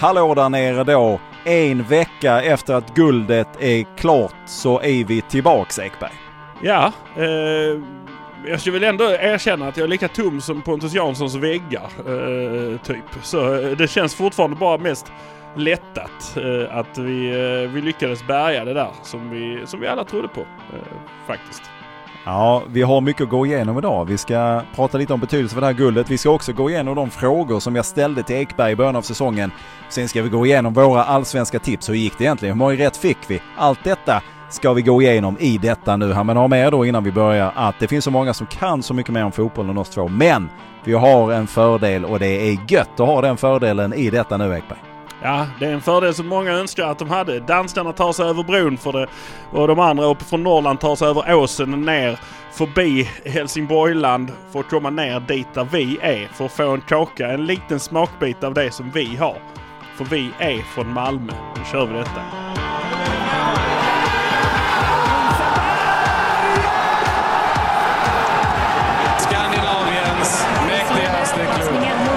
hallå där nere då. En vecka efter att guldet är klart så är vi tillbaks, Ekberg. Ja, jag skulle väl ändå erkänna att jag är lika tom som Pontus Janssons väggar, typ. Så det känns fortfarande bara mest lättat att vi lyckades bärga det där som vi alla trodde på, faktiskt. Ja, vi har mycket att gå igenom idag. Vi ska prata lite om betydelsen för det här guldet. Vi ska också gå igenom de frågor som jag ställde till Ekberg i början av säsongen. Sen ska vi gå igenom våra allsvenska tips. Hur gick det egentligen? Hur många rätt fick vi? Allt detta ska vi gå igenom i detta nu här. Men ha med då innan vi börjar att det finns så många som kan så mycket mer om fotboll än oss två. Men vi har en fördel och det är gött att ha den fördelen i detta nu, Ekberg. Ja, det är en fördel som många önskar att de hade. Danskarna tar sig över bron för det och de andra uppe från Norrland tar sig över åsen ner förbi Helsingborgland för att komma ner dit där vi är för att få en kaka, en liten smakbit av det som vi har. För vi är från Malmö. Nu kör vi detta. Skandinaviens mäktigaste klubb.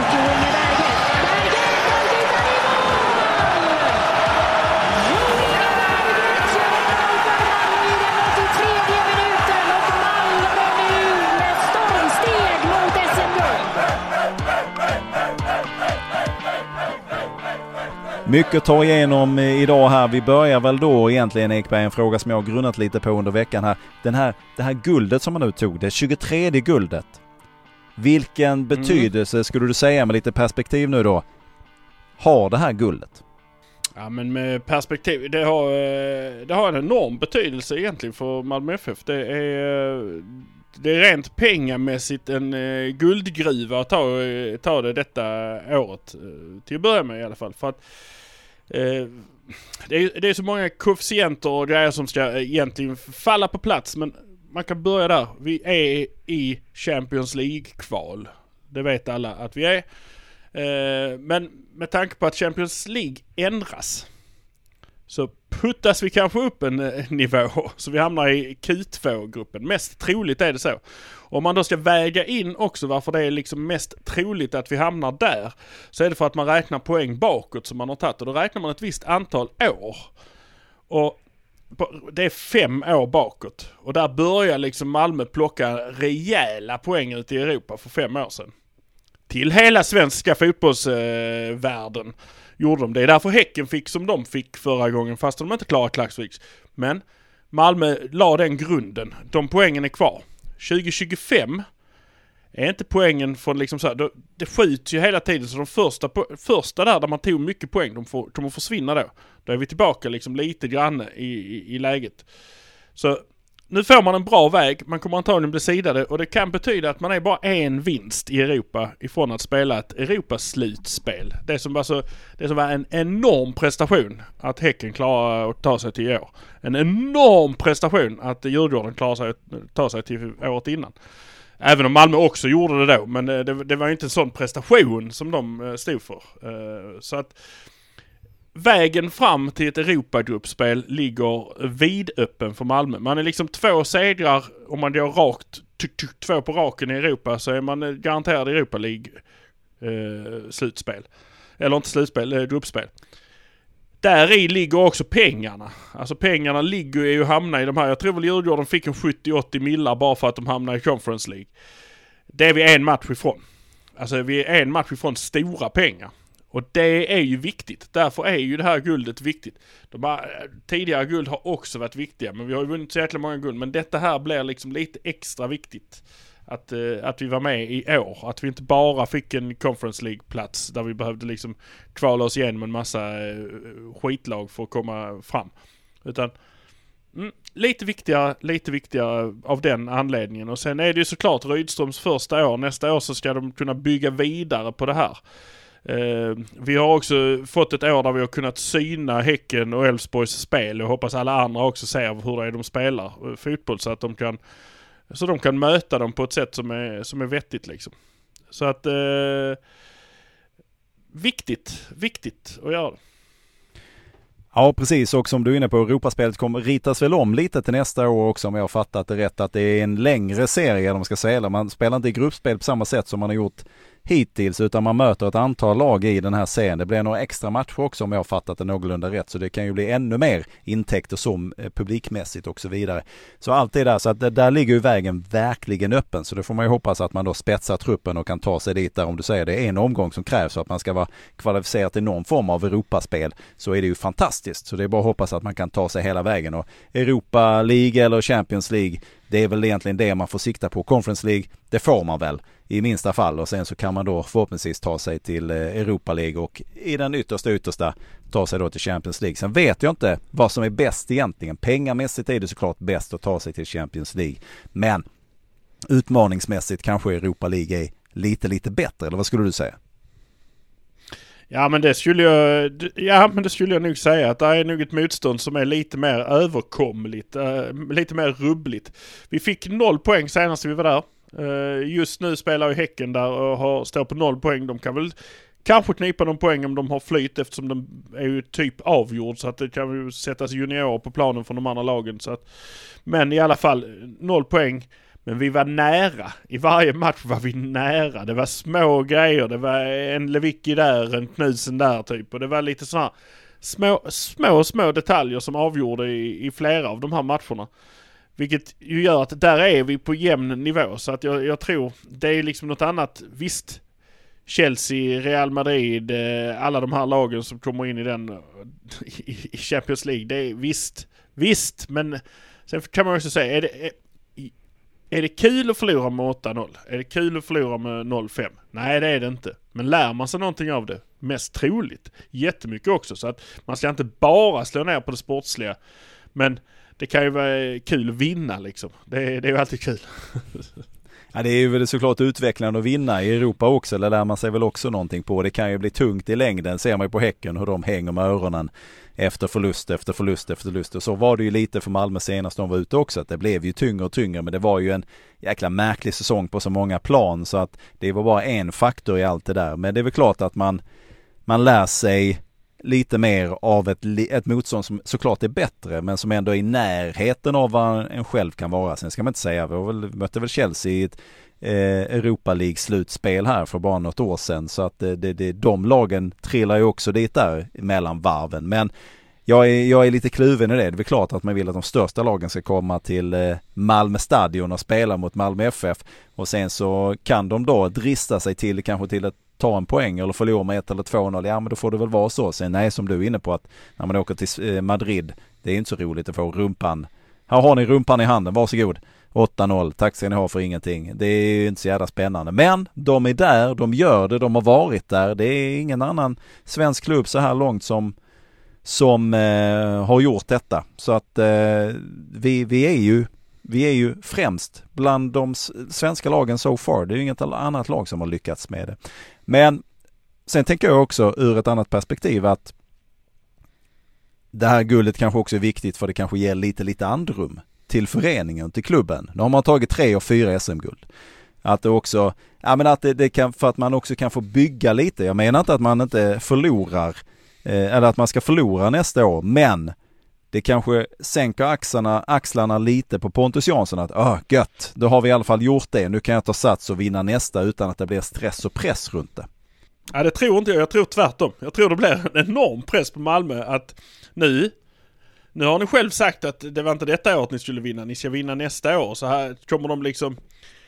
Mycket att ta igenom idag här. Vi börjar väl då egentligen, Ekberg, en fråga som jag har grunnat lite på under veckan här. Det här guldet som man nu tog, det 23:e guldet. Vilken betydelse skulle du säga med lite perspektiv nu då har det här guldet? Ja, men med perspektiv, det har en enorm betydelse egentligen för Malmö FF. Det är rent pengamässigt en guldgruva att ta det detta året, till att börja med i alla fall. För att det är så många koefficienter och grejer som ska egentligen falla på plats, men man kan börja där. Vi är i Champions League-kval. Det vet alla att vi är. Men med tanke på att Champions League ändras så puttas vi kanske upp en nivå så vi hamnar i Q2-gruppen. Mest troligt är det så. Om man då ska väga in också varför det är liksom mest troligt att vi hamnar där, så är det för att man räknar poäng bakåt som man har tagit. Och då räknar man ett visst antal år. Och det är 5 år bakåt. Och där börjar liksom Malmö plocka rejäla poäng ut i Europa för 5 år sedan. Till hela svenska fotbollsvärlden gjorde de det. Det är därför Häcken fick som de fick förra gången, fast de inte klarade Klaxviks. Men Malmö la den grunden. De poängen är kvar. 2025 är inte poängen från liksom så här, det skjuts ju hela tiden, så de första där man tog mycket poäng, de kommer försvinna då. Då är vi tillbaka liksom lite grann i läget. Så nu får man en bra väg, man kommer antagligen bli sidade, och det kan betyda att man är bara en vinst i Europa ifrån att spela ett Europaslutspel. Det som var en enorm prestation att Häcken klarar att ta sig till i år. En enorm prestation att Djurgården klarar att ta sig till året innan. Även om Malmö också gjorde det då, men det var ju inte en sån prestation som de stod för. Så att vägen fram till ett Europagruppspel ligger vidöppen för Malmö. Man är liksom 2 segrar, om man går rakt 2 på raken i Europa, så är man garanterad Europa League slutspel. Eller inte slutspel, gruppspel. Där i ligger också pengarna. Alltså pengarna ligger ju att hamna i de här. Jag tror väl Djurgården fick en 70-80 millar bara för att de hamnar i Conference League. Det är vi en match ifrån. Alltså vi är en match ifrån stora pengar. Och det är ju viktigt. Därför är ju det här guldet viktigt. Tidigare guld har också varit viktiga, men vi har ju vunnit så jäkla många guld. Men detta här blir liksom lite extra viktigt. Att vi var med i år. Att vi inte bara fick en Conference League-plats där vi behövde liksom kvala oss igenom en massa skitlag för att komma fram. Utan lite viktigare av den anledningen. Och sen är det ju såklart Rydströms första år. Nästa år så ska de kunna bygga vidare på det här. Vi har också fått ett år där vi har kunnat syna Häcken och Elfsborgs spel, och hoppas alla andra också ser hur det är de spelar fotboll, så att de kan möta dem på ett sätt som är vettigt liksom. Så att viktigt att göra det. Ja, precis. Och som du är inne på, Europaspelet kommer ritas väl om lite till nästa år också, om jag har fattat det rätt, att det är en längre serie de ska säga. Man spelar inte i gruppspel på samma sätt som man har gjort hittills, utan man möter ett antal lag i den här serien. Det blir några extra matcher också om jag har fattat det någorlunda rätt, så det kan ju bli ännu mer intäkter som publikmässigt och så vidare. Så allt det där, så att där ligger ju vägen verkligen öppen, så det får man ju hoppas att man då spetsar truppen och kan ta sig dit där. Om du säger det är en omgång som krävs för att man ska vara kvalificerad till någon form av Europaspel, så är det ju fantastiskt. Så det är bara att hoppas att man kan ta sig hela vägen, och Europa League eller Champions League, det är väl egentligen det man får sikta på. Conference League, det får man väl i minsta fall, och sen så kan man då förhoppningsvis ta sig till Europa League och i den yttersta ta sig då till Champions League. Sen vet jag inte vad som är bäst egentligen. Pengamässigt är det såklart bäst att ta sig till Champions League, men utmaningsmässigt kanske Europa League är lite bättre, eller vad skulle du säga? Ja, men det skulle jag nog säga, att det är nog ett motstånd som är lite mer överkomligt, lite mer rubbligt. Vi fick 0 poäng senast vi var där. Just nu spelar ju Häcken där och står på 0 poäng. De kan väl kanske knipa någon poäng om de har flyt, eftersom de är ju typ avgjord, så att det kan ju sättas juniorer på planen från de andra lagen. Så att, men i alla fall 0 poäng. Men vi var nära. I varje match var vi nära. Det var små grejer. Det var en Lewicki där, en Knudsen där typ. Och det var lite sådana små detaljer som avgjorde i flera av de här matcherna. Vilket ju gör att där är vi på jämn nivå. Så att jag tror det är liksom något annat. Visst, Chelsea, Real Madrid, alla de här lagen som kommer in i den i Champions League. Det är visst. Men sen kan man också säga, är det kul att förlora med 8-0? Är det kul att förlora med 0-5? Nej, det är det inte. Men lär man sig någonting av det? Mest troligt. Jättemycket också. Så att man ska inte bara slå ner på det sportsliga. Men det kan ju vara kul att vinna liksom. Det är ju alltid kul. Ja, det är ju väl såklart utvecklande att vinna i Europa också. Eller lär man sig väl också någonting på. Det kan ju bli tungt i längden. Ser man ju på Häcken hur de hänger med öronen efter förlust. Och så var det ju lite för Malmö senast de var ute också. Att det blev ju tyngre och tyngre. Men det var ju en jäkla märklig säsong på så många plan. Så att det var bara en faktor i allt det där. Men det är väl klart att man lär sig lite mer av ett motstånd som såklart är bättre, men som ändå är i närheten av vad en själv kan vara. Sen ska man inte säga, vi mötte väl Chelsea i ett Europa League-slutspel här för bara något år sedan, så att de lagen trillar ju också dit där mellan varven. Men jag är lite kluven i det. Det är väl klart att man vill att de största lagen ska komma till Malmö stadion och spela mot Malmö FF, och sen så kan de då drista sig till kanske till att ta en poäng eller förlora med 1 eller 2-0, ja men då får det väl vara så. Sen nej, som du är inne på, att när man åker till Madrid, det är inte så roligt att få rumpan. Här har ni rumpan i handen, varsågod. 8-0, tack ska ni ha för ingenting. Det är ju inte så jävla spännande. Men de är där, de gör det, de har varit där. Det är ingen annan svensk klubb så här långt som har gjort detta. Så att vi är ju främst bland de svenska lagen so far. Det är ju inget annat lag som har lyckats med det. Men sen tänker jag också ur ett annat perspektiv att det här guldet kanske också är viktigt, för det kanske ger lite andrum till föreningen, till klubben. Nu har man tagit 3 och 4 SM-guld. Att det också, ja men att det kan, för att man också kan få bygga lite. Jag menar inte att man inte förlorar eller att man ska förlora nästa år, men det kanske sänker axlarna lite på Pontus Jansson, att gött, då har vi i alla fall gjort det. Nu kan jag ta sats och vinna nästa utan att det blir stress och press runt det. Ja, det tror inte jag. Jag tror tvärtom. Jag tror det blir en enorm press på Malmö att nu har ni själv sagt att det var inte detta året ni skulle vinna. Ni ska vinna nästa år. Så här kommer de liksom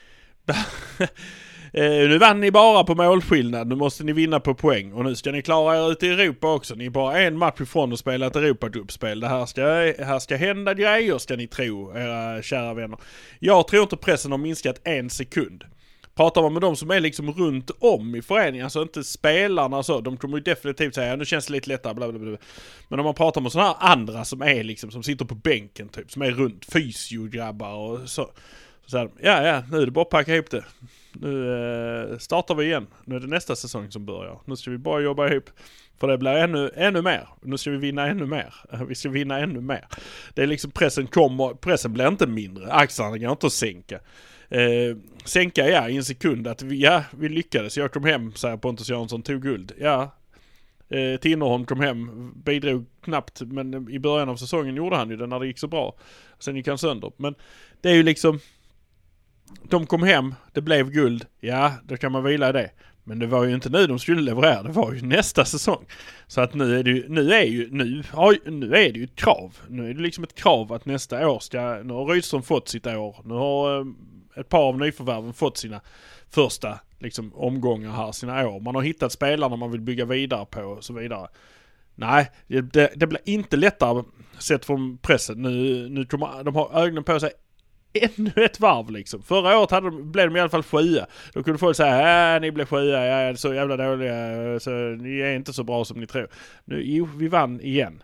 nu vann ni bara på målskillnad. Nu måste ni vinna på poäng. Och nu ska ni klara er ut i Europa också. Ni är bara en match ifrån att spela ett Europagruppspel. Det här ska hända grejer, ska ni tro, era kära vänner. Jag tror inte pressen har minskat 1 sekund. Pratar man med dem som är liksom runt om i föreningen, alltså inte spelarna så, de kommer ju definitivt säga nu känns det lite lättare, bla bla bla. Men om man pratar med sådana här andra som är liksom, som sitter på bänken typ, som är runt, fysiograbbar och så säger de, ja, nu är det bara att packa ihop det. Nu startar vi igen. Nu är det nästa säsong som börjar. Nu ska vi bara jobba ihop. För det blir ännu mer. Nu ska vi vinna ännu mer. Vi ska vinna ännu mer. Det är liksom pressen blir inte mindre. Axlarna går inte att sänka. Sänka i en sekund att vi lyckades. Jag kom hem, säger Pontus Jansson, tog guld. Tinnerholm kom hem, bidrog knappt, men i början av säsongen gjorde han ju det när det gick så bra. Sen gick han sönder. Men det är ju liksom, de kom hem, det blev guld. Ja, då kan man vila i det. Men det var ju inte nu de skulle leverera, det var ju nästa säsong. Så att nu är det ju ett krav. Nu är det liksom ett krav att nästa år nu har Rydström fått sitt år. Nu har ett par av nyförvärven fått sina första liksom omgångar här, sina år. Man har hittat spelarna man vill bygga vidare på och så vidare. Nej, det blir inte lättare sett från pressen. Nu kommer de har ögonen på sig ännu ett varv liksom. Förra året blev de i alla fall 7. Då kunde folk säga ni blev 7, så jävla dåliga, så ni är inte så bra som ni tror. Nu, vi vann igen.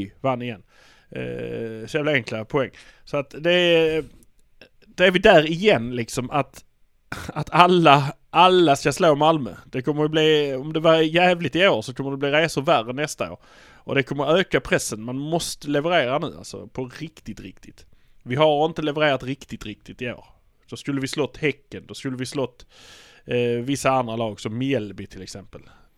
Så jävla enkla poäng. Så att det är vi där igen liksom, att alla ska slå Malmö. Det kommer att bli, om det var jävligt i år så kommer det bli resor värre nästa år. Och det kommer att öka pressen. Man måste leverera nu alltså, på riktigt. Vi har inte levererat riktigt i år. Så skulle vi slått Häcken, då skulle vi slått vissa andra lag som Mjällby till exempel.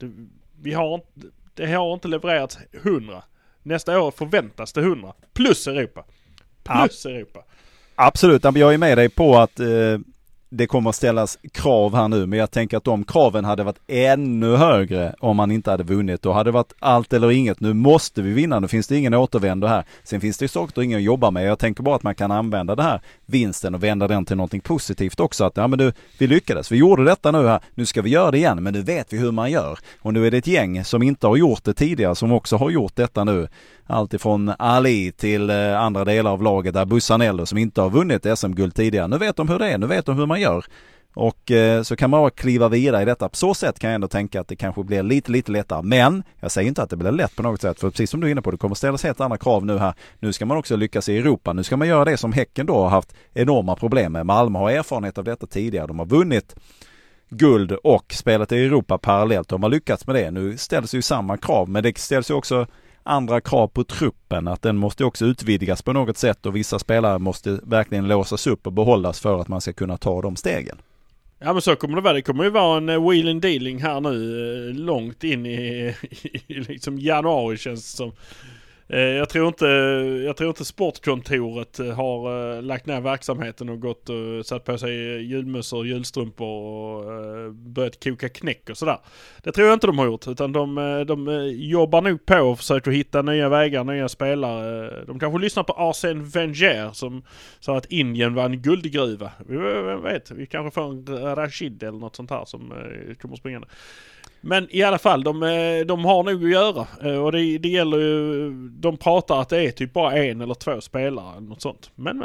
Det har inte levererats 100. Nästa år förväntas det 100. Plus Europa. Europa. Absolut, jag är med dig på att det kommer att ställas krav här nu, men jag tänker att de kraven hade varit ännu högre om man inte hade vunnit. Då hade det varit allt eller inget. Nu måste vi vinna, nu finns det ingen återvändo här. Sen finns det saker och ingen att jobba med. Jag tänker bara att man kan använda det här vinsten och vända den till någonting positivt också. Att vi lyckades, vi gjorde detta nu här, nu ska vi göra det igen, men nu vet vi hur man gör. Och nu är det ett gäng som inte har gjort det tidigare som också har gjort detta nu. Allt ifrån Ali till andra delar av laget där Bussanello som inte har vunnit SM-guld tidigare. Nu vet de hur det är, nu vet de hur man gör. Och så kan man bara kliva vidare i detta. På så sätt kan jag ändå tänka att det kanske blir lite lättare. Men jag säger inte att det blir lätt på något sätt. För precis som du är inne på, det kommer ställas helt andra krav nu här. Nu ska man också lyckas i Europa. Nu ska man göra det som Häcken då har haft enorma problem med. Malmö har erfarenhet av detta tidigare. De har vunnit guld och spelat i Europa parallellt. De har lyckats med det. Nu ställs ju samma krav, men det ställs ju också andra krav på truppen, att den måste också utvidgas på något sätt och vissa spelare måste verkligen låsas upp och behållas för att man ska kunna ta de stegen. Ja, men så kommer det vara. Det kommer ju vara en wheel and dealing här nu långt in i liksom januari känns det som. Jag tror inte sportkontoret har lagt ner verksamheten och gått och satt på sig julmössor och julstrumpor och börjat koka knäck och sådär. Det tror jag inte de har gjort, utan de jobbar nog på och försöker hitta nya vägar, nya spelare. De kanske lyssnar på Arsène Wenger som sa att Indien var en guldgruva. Vem vet, vi kanske får en Rashid eller något sånt här som kommer springande. Men i alla fall, de har nog att göra. Och det gäller ju, de pratar att det är typ bara 1 eller 2 spelare eller något sånt. Men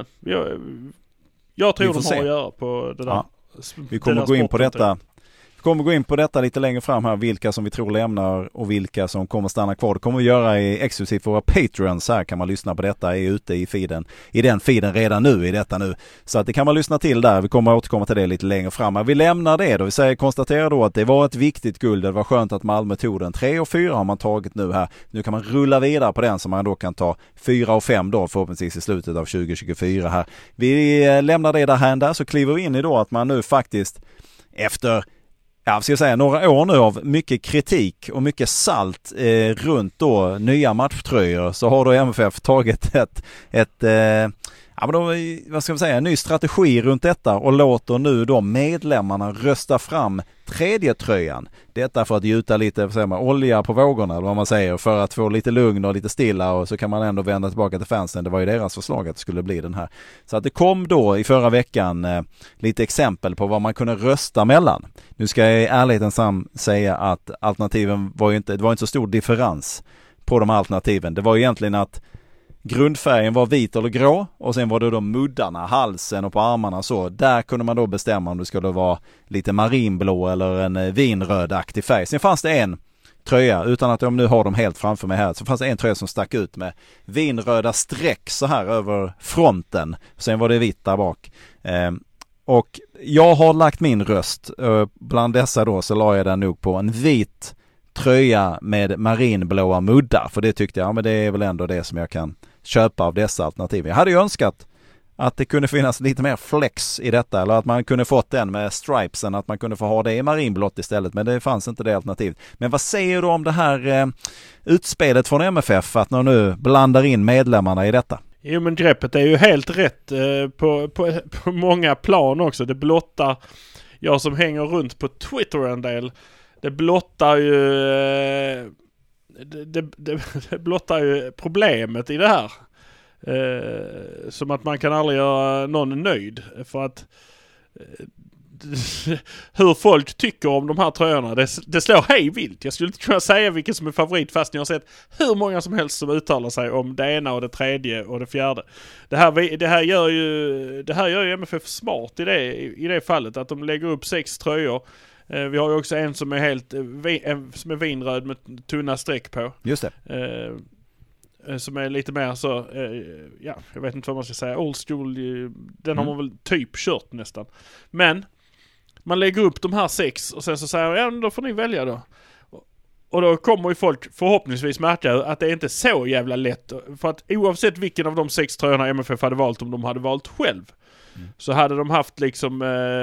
jag tror de har att göra på det där. Ja. Vi kommer gå in på detta. Vi kommer gå in på detta lite längre fram här, vilka som vi tror lämnar och vilka som kommer stanna kvar. Det kommer vi göra exklusivt för våra Patreons. Här kan man lyssna på detta, är ute i feeden, i den feeden redan nu, i detta nu. Så att det kan man lyssna till där. Vi kommer återkomma till det lite längre fram. Men vi lämnar det då. Vi konstaterar då att det var ett viktigt guld. Det var skönt att Malmö tog den. 3 och 4 har man tagit nu här. Nu kan man rulla vidare på den som man då kan ta 4 och 5 då förhoppningsvis i slutet av 2024 här. Vi lämnar det där så kliver vi in i då att man nu faktiskt efter några år nu av mycket kritik och mycket salt runt då nya matchtröjor, så har då MFF tagit en ny strategi runt detta och låter nu då medlemmarna rösta fram 3:e tröjan. Detta för att gjuta lite olja på vågorna eller vad man säger, för att få lite lugn och lite stilla, och så kan man ändå vända tillbaka till fansen. Det var ju deras förslag att det skulle bli den här. Så att det kom då i förra veckan lite exempel på vad man kunde rösta mellan. Nu ska jag i ärlighetens namn säga att alternativen var inte så stor differens på de alternativen. Det var egentligen att grundfärgen var vit eller grå, och sen var det då muddarna, halsen och på armarna så. Där kunde man då bestämma om det skulle vara lite marinblå eller en vinrödaktig färg. Sen fanns det en tröja, utan att jag nu har dem helt framför mig här, så fanns det en tröja som stack ut med vinröda streck så här över fronten. Sen var det vitt där bak. Och jag har lagt min röst. Bland dessa då så la jag den nog på en vit tröja med marinblåa muddar, för det tyckte jag, men det är väl ändå det som jag kan köpa av dessa alternativ. Jag hade ju önskat att det kunde finnas lite mer flex i detta, eller att man kunde fått den med stripesen, att man kunde få ha det i marinblått istället, men det fanns inte det alternativet. Men vad säger du om det här utspelet från MFF, att när nu blandar in medlemmarna i detta? Jo, men greppet är ju helt rätt på många plan också. Det blottar jag som hänger runt på Twitter en del, det blottar ju det blottar ju problemet i det här. Som att man kan aldrig göra någon nöjd, för att hur folk tycker om de här tröjorna, det slår hej vilt. Jag skulle inte kunna säga vilken som är favorit, fast ni har sett hur många som helst som uttalar sig om det ena och det tredje och det fjärde. Det här gör ju MFF smart i det fallet, att de lägger upp 6 tröjor. Vi har ju också en som är som är vinröd med tunna streck på. Just det. Som är lite mer så, jag vet inte vad man ska säga, old school, den har man väl typ kört nästan. Men man lägger upp de här 6 och sen så säger jag, då får ni välja då. Och då kommer ju folk förhoppningsvis märka att det är inte så jävla lätt. För att oavsett vilken av de 6 tröjorna MFF hade valt, om de hade valt själv, så hade de haft liksom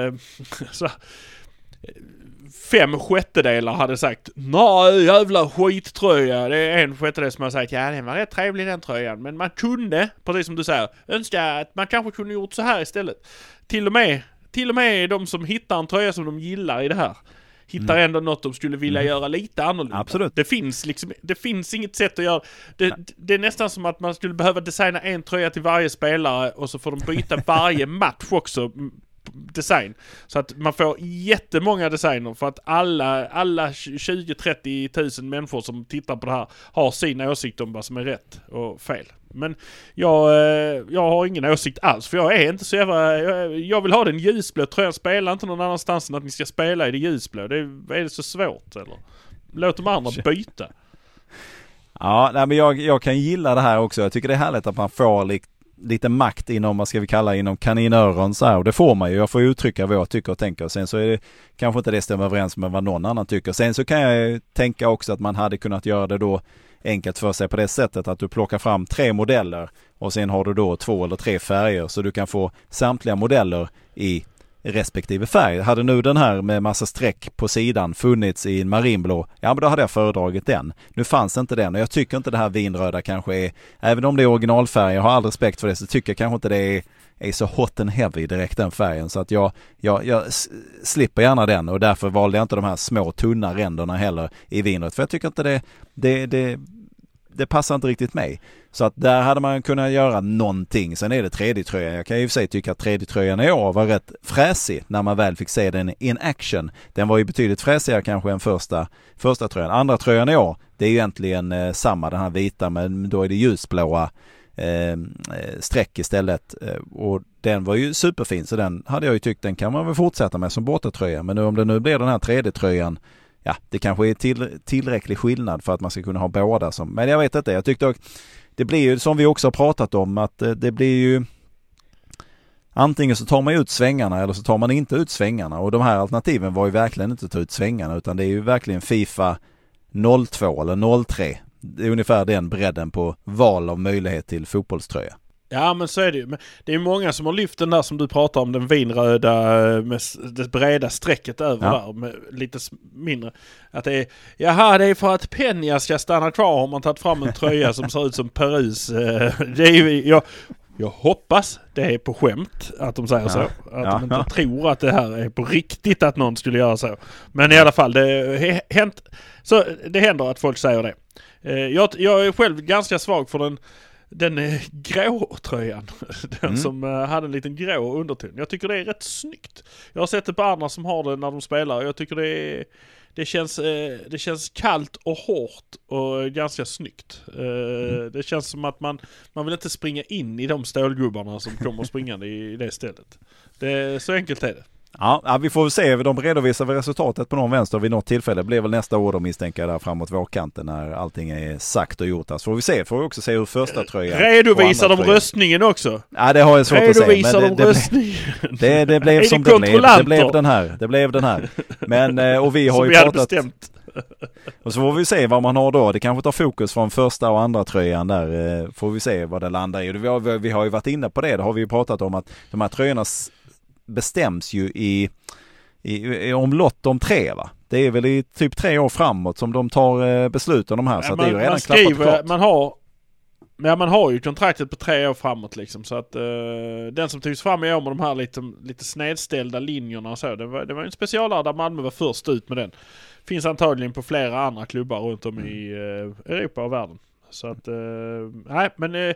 5/6 hade sagt nej, jävla skittröja. Det är 1/6 som har sagt ja, den var rätt trevlig den tröjan, men man kunde, precis som du säger, önska att man kanske kunde gjort så här istället. Till och med de som hittar en tröja som de gillar i det här hittar ändå något de skulle vilja göra lite annorlunda. Absolut. Det finns inget sätt att göra. Det är nästan som att man skulle behöva designa en tröja till varje spelare och så får de byta varje match också design. Så att man får jättemånga designer, för att alla 20-30 tusen människor som tittar på det här har sin åsikt om vad som är rätt och fel. Men jag har ingen åsikt alls, för jag är inte så jävla... Jag vill ha den ljusblå tröjan. Spela inte någon annanstans än att ni ska spela i det ljusblå. Är det så svårt, eller? Låt de andra byta. Ja, nej, men jag kan gilla det här också. Jag tycker det är härligt att man får lite makt inom, vad ska vi kalla, inom kaninöron så här, och det får man ju. Jag får uttrycka vad jag tycker och tänker, och sen så är det kanske inte det stämmer överens med vad någon annan tycker. Sen så kan jag tänka också att man hade kunnat göra det då enkelt för sig på det sättet att du plockar fram 3 modeller och sen har du då 2 eller 3 färger, så du kan få samtliga modeller i respektive färg. Hade nu den här med massa streck på sidan funnits i en marinblå, ja, men då hade jag föredragit den. Nu fanns inte den, och jag tycker inte det här vinröda kanske är, även om det är originalfärg, jag har all respekt för det, så tycker jag kanske inte det är så hot and heavy direkt den färgen, så att jag slipper gärna den, och därför valde jag inte de här små tunna ränderna heller i vinrött, för jag tycker inte det passar inte riktigt mig. Så att där hade man kunnat göra någonting. Sen är det 3D-tröjan. Jag kan ju i och för sig tycka att 3D-tröjan i år var rätt fräsig när man väl fick se den in action. Den var ju betydligt fräsigare kanske än första tröjan. Andra tröjan i år, det är ju egentligen samma, den här vita, men då är det ljusblåa streck istället. Och den var ju superfin, så den hade jag ju tyckt, den kan man väl fortsätta med som bortatröja. Men nu, om det nu blir den här 3D-tröjan, ja, det kanske är tillräcklig skillnad för att man ska kunna ha båda som. Men jag vet inte, jag tyckte det blir ju som vi också har pratat om, att det blir ju antingen så tar man ut svängarna eller så tar man inte ut svängarna, och de här alternativen var ju verkligen inte att ta ut svängarna, utan det är ju verkligen FIFA 02 eller 03. Det är ungefär den bredden på val av möjlighet till fotbollströja. Ja, men så är det ju. Men det är många som har lyft den där som du pratar om, den vinröda med det breda strecket över där med lite mindre. Att det är för att Peña ska stanna kvar, har man tagit fram en tröja som ser ut som Perus. Det är ju, jag hoppas det är på skämt att de säger så. Att de inte tror att det här är på riktigt att någon skulle göra så. Men i alla fall, det händer att folk säger det. Jag är själv ganska svag för den grå tröjan. Den som hade en liten grå underton. Jag tycker det är rätt snyggt. Jag har sett det på andra som har det när de spelar. Jag tycker det känns kallt och hårt och ganska snyggt. Det känns som att man vill inte springa in i de stålgubbarna som kommer springande i det stället. Så enkelt är det. Ja, vi får väl se. De redovisar resultatet på någon vänster vid något tillfälle. Det blir väl nästa år, de misstänker, där framåt vårkanten när allting är sagt och gjort. Alltså får vi se. Får vi också se hur första tröjan... Redovisar de röstningen också? Ja, det har jag svårt att säga. Redovisar de röstningen? Det blev som det blev. Det blev den här. Men, och vi har ju pratat... Och så får vi se vad man har då. Det kanske tar fokus från första och andra tröjan där. Får vi se vad det landar i. Vi har ju varit inne på det. Det har vi ju pratat om, att de här tröjorna bestäms ju i omlott om 3, va? Det är väl i typ 3 år framåt som de tar beslut om de här, så det är ju redan klappat klart. Men man har ju kontraktet på 3 år framåt liksom, så att den som togs fram i år med de här lite snedställda linjerna och så, det var en specialare där Malmö var först ut med den. Finns antagligen på flera andra klubbar runt om i Europa och världen. Så att, nej men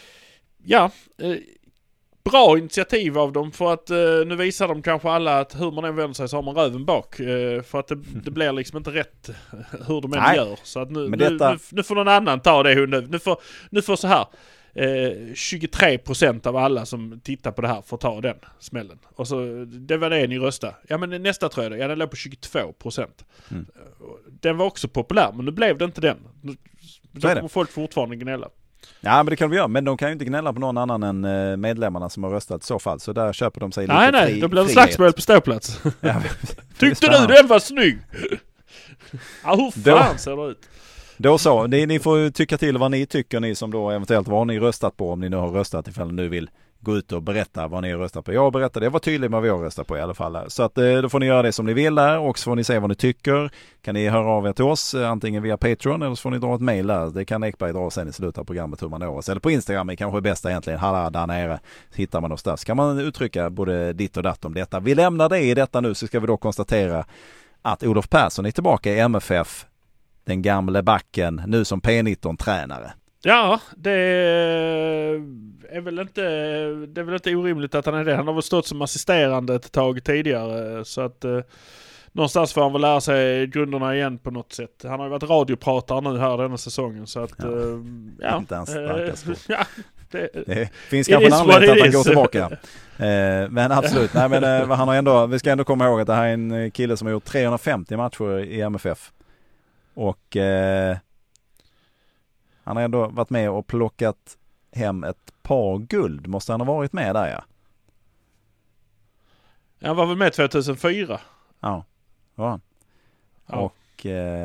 bra initiativ av dem, för att nu visar de kanske alla att hur man än vänder sig så har man röven bak, för att det blir liksom inte rätt hur de än gör. Så att nu får någon annan ta det. Nu får så här 23% av alla som tittar på det här får ta den smällen. Och så, det var det ni röstade. Ja, men nästa tror jag det. Ja, den låg på 22%. Den var också populär, men nu blev det inte den. Då kommer folk fortfarande gnälla. Ja, men det kan vi göra. Men de kan ju inte gnälla på någon annan än medlemmarna som har röstat i så fall. Så där köper de sig lite frihet. Nej, då blir det slagsmål på ståplats. Ja, tyckte du den var snygg? Ja, hur fan ser det ut? Då så, ni får tycka till vad ni tycker, ni som då eventuellt vad har ni röstat på, om ni nu har röstat, ifall ni nu vill gå ut och berätta vad ni har röstat på. Jag berättade, jag var tydlig med vad jag röstat på i alla fall. Så att då får ni göra det som ni vill där, och så får ni säga vad ni tycker. Kan ni höra av er till oss, antingen via Patreon eller så får ni dra ett mejl där. Det kan Ekberg dra sen i slutet av programmet hur man når oss. Eller på Instagram är kanske bästa egentligen. Hallå där nere hittar man oss där. Så kan man uttrycka både ditt och datt om detta. Vi lämnar det i detta nu, så ska vi då konstatera att Olof Persson är tillbaka i MFF. Den gamle backen, nu som P19-tränare. Ja, det är väl inte orimligt att han är det. Han har väl stått som assisterande ett tag tidigare, så att någonstans får han väl lära sig grunderna igen på något sätt. Han har ju varit radiopratare nu här denna säsongen, så att Inte ens det finns kanske en anledning att han går tillbaka. Men absolut, nej, men han har ändå, vi ska ändå komma ihåg att det här är en kille som har gjort 350 matcher i MFF. Och han har ändå varit med och plockat hem ett par guld. Måste han ha varit med där, ja? Han var väl med 2004? Ja, var han. Ja. Och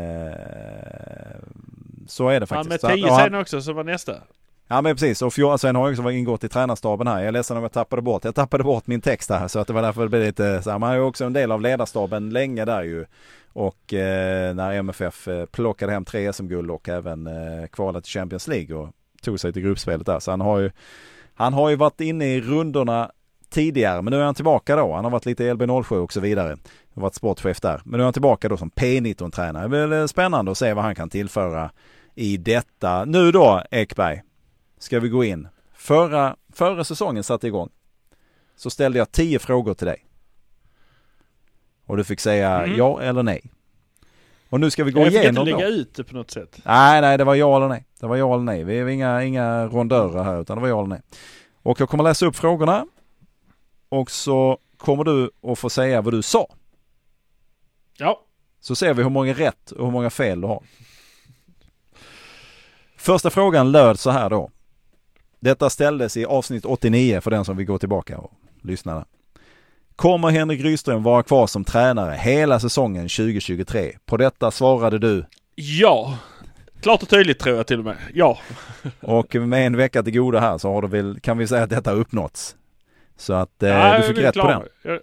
så är det faktiskt. Han med 10 sen också, så var nästa. Ja, men precis. Och sen har jag också ingått i tränarstaben här. Jag är ledsen om jag tappade bort min text här, så att det var därför det blev lite så här. Man är ju också en del av ledarstaben länge där ju. Och när MFF plockade hem 3 SM-guld och även kvalade till Champions League och tog sig till gruppspelet där. Så han har ju varit inne i rundorna tidigare, men nu är han tillbaka då. Han har varit lite i LB07 och så vidare. Han har varit sportchef där. Men nu är han tillbaka då som P19-tränare. Det är väl spännande att se vad han kan tillföra i detta. Nu då, Ekberg, ska vi gå in. Förra säsongen satte igång, så ställde jag 10 frågor till dig. Och du fick säga ja eller nej. Och nu ska vi gå igenom. Jag fick inte lägga ut det på något sätt. Nej, det var ja eller nej. Det var ja eller nej. Vi är inga rondörer här, utan det var ja eller nej. Och jag kommer läsa upp frågorna. Och så kommer du att få säga vad du sa. Ja. Så ser vi hur många rätt och hur många fel du har. Första frågan löd så här då. Detta ställdes i avsnitt 89 för den som vill gå tillbaka och lyssna. Kommer Henrik Rydström vara kvar som tränare hela säsongen 2023? På detta svarade du? Ja. Klart och tydligt tror jag till och med. Ja. Och med en vecka till goda här så har du väl, kan vi säga att detta har uppnåtts. Så att du fick rätt på den.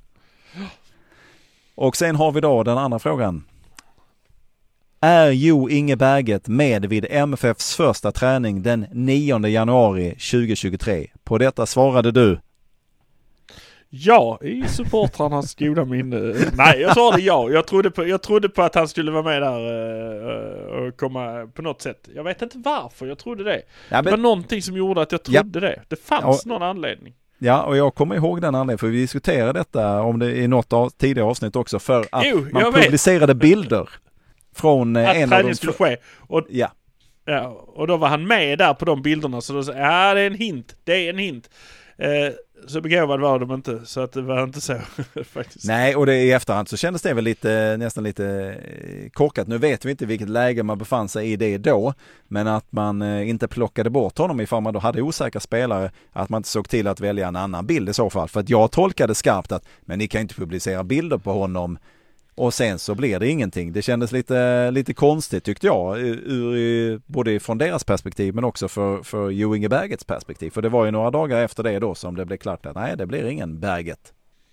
Och sen har vi då den andra frågan. Är Jo Inge Berget med vid MFFs första träning den 9 januari 2023? På detta svarade du? Ja, i supportrarnas goda minne. Nej, jag svarade ja. Jag trodde på att han skulle vara med där och komma på något sätt. Jag vet inte varför jag trodde det. Ja, men det var någonting som gjorde att jag trodde det. Det fanns någon anledning. Ja, och jag kommer ihåg den anledningen, för vi diskuterade detta om det i något tidigare avsnitt också, för att man publicerade bilder från att en träning av de skulle ske. Och, ja, och då var han med där på de bilderna, så då sa ja, det är en hint. Så begåvad var de inte, så att det var inte så faktiskt. Nej, och det i efterhand så kändes det väl nästan lite korkat. Nu vet vi inte vilket läge man befann sig i det då, men att man inte plockade bort honom ifall man då hade osäkra spelare, att man inte såg till att välja en annan bild i så fall. För att jag tolkade skarpt att, men ni kan inte publicera bilder på honom och sen så blir det ingenting. Det kändes lite konstigt tyckte jag, både från deras perspektiv men också för Jo Inge Bergets perspektiv. För det var ju några dagar efter det då som det blev klart att nej, det blir ingen Berget.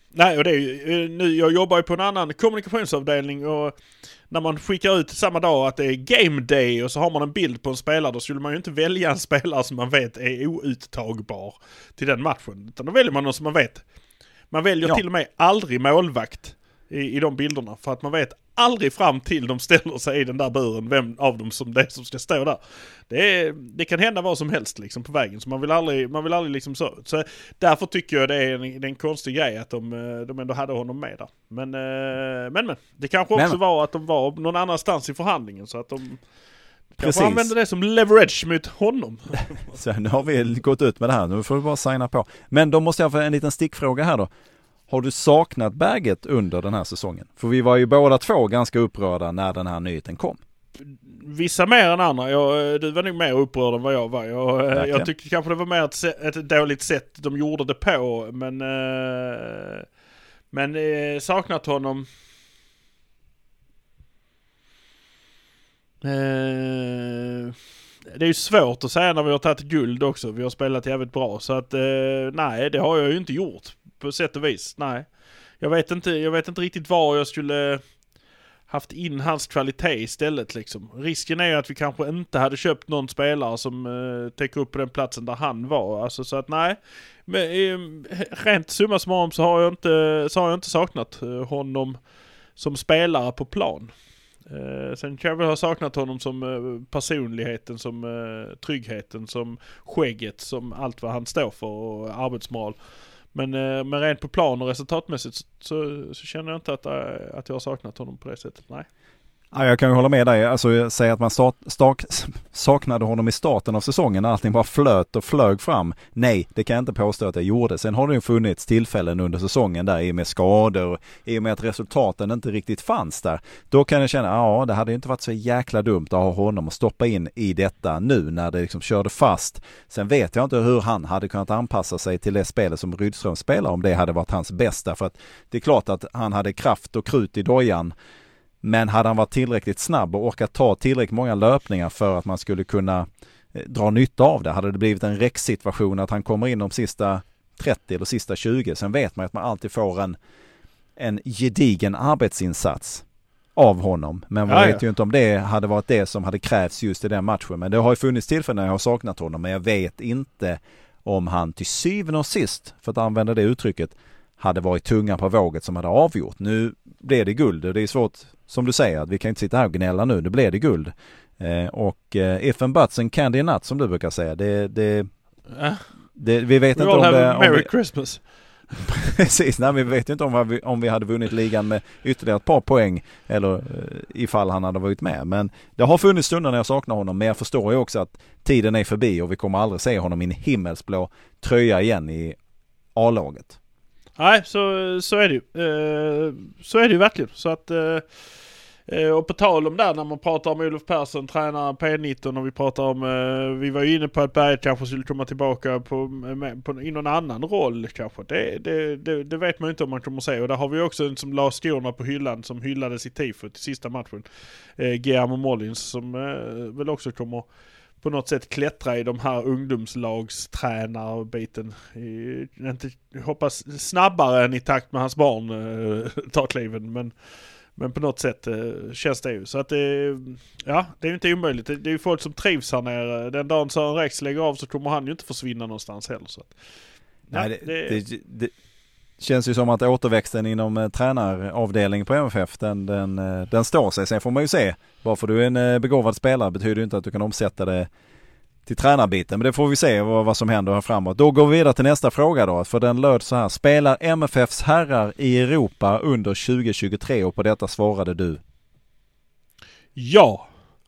Nej, och det är ju, nu, jag jobbar ju på en annan kommunikationsavdelning och när man skickar ut samma dag att det är game day och så har man en bild på en spelare, då skulle man ju inte välja en spelare som man vet är outtagbar till den matchen. Utan då väljer man någon som man vet. Man väljer till och med aldrig målvakt i de bilderna, för att man vet aldrig fram till de ställer sig i den där buren vem av dem som det är som ska stå där. Det kan hända vad som helst liksom på vägen, så man vill aldrig liksom så därför tycker jag det är en konstig grej att de ändå hade honom med där. Men det kanske också var att de var någon annanstans i förhandlingen, så att de kanske använde det som leverage mot honom. Så nu har vi gått ut med det här, nu får vi bara signa på. Men då måste jag få en liten stickfråga här då. Har du saknat Baggett under den här säsongen? För vi var ju båda två ganska upprörda när den här nyheten kom. Vissa mer än andra. Du var nog mer upprörd än vad jag var. Jag tyckte kanske det var mer ett dåligt sätt de gjorde det på. Men saknat honom. Det är ju svårt att säga när vi har tagit guld också. Vi har spelat jävligt bra. Så att nej, det har jag ju inte gjort. På sätt och vis, nej. Jag vet inte riktigt var jag skulle haft in hans kvalitet istället liksom. Risken är ju att vi kanske inte hade köpt någon spelare som täcker upp på den platsen där han var. Alltså, så att nej. Men, rent summa summarum så har jag inte saknat honom som spelare på plan. Sen kan jag väl ha saknat honom som personligheten, som tryggheten, som skägget, som allt vad han står för och arbetsmoral. Men rent på plan och resultatmässigt så känner jag inte att jag har saknat honom på det sättet, nej. Ja, jag kan ju hålla med dig. Alltså, jag säger att man saknade honom i starten av säsongen när allting bara flöt och flög fram. Nej, det kan jag inte påstå att jag gjorde. Sen har det ju funnits tillfällen under säsongen där i och med skador och i och med att resultaten inte riktigt fanns där. Då kan jag känna, det hade inte varit så jäkla dumt att ha honom och stoppa in i detta nu när det liksom körde fast. Sen vet jag inte hur han hade kunnat anpassa sig till det spelet som Rydström spelar, om det hade varit hans bästa. För att det är klart att han hade kraft och krut i dojan. Men hade han varit tillräckligt snabb och orkat ta tillräckligt många löpningar för att man skulle kunna dra nytta av det, hade det blivit en räcksituation att han kommer in de sista 30 eller sista 20, sen vet man att man alltid får en gedigen arbetsinsats av honom. Men man vet ju inte om det hade varit det som hade krävts just i den matchen. Men det har ju funnits tillfällen när jag har saknat honom, men jag vet inte om han till syvende och sist, för att använda det uttrycket, hade varit tunga på våget som hade avgjort. Nu blev det guld och det är svårt, som du säger, att vi kan inte sitta här och gnälla nu. Det blev det guld. If and buts and candy and nuts, som du brukar säga. Vi vet inte om det... Merry Christmas. Precis, nej, vi vet inte om vi hade vunnit ligan med ytterligare ett par poäng eller ifall han hade varit med. Men det har funnits stunder när jag saknar honom, men jag förstår ju också att tiden är förbi och vi kommer aldrig se honom i en himmelsblå tröja igen i A-laget. Nej, så är det ju. Så är det ju verkligen. Så att, och på tal om där, när man pratar om Olof Persson, tränare P19, och vi pratar om, vi var ju inne på att Berget kanske skulle komma tillbaka i någon annan roll kanske. Det vet man ju inte om man kommer att se. Och där har vi också en som la skorna på hyllan, som hyllades i tifo till sista matchen. Guillermo Mollins, som väl också kommer på något sätt klättra i de här ungdomslagstränarbiten. Hoppas snabbare än i takt med hans barn tar kliven, men på något sätt känns det ju. Så att det är ju inte omöjligt. Det är ju folk som trivs här nere. Den dagen Sören Rex lägger av så kommer han ju inte försvinna någonstans heller. Så att, nej, det känns ju som att återväxten inom tränaravdelningen på MFF den står sig. Sen får man ju se. Bara för du är en begåvad spelare betyder ju inte att du kan omsätta det till tränarbiten. Men det får vi se vad som händer här framåt. Då går vi vidare till nästa fråga då. För den löd så här: spelar MFFs herrar i Europa under 2023? Och på detta svarade du: ja.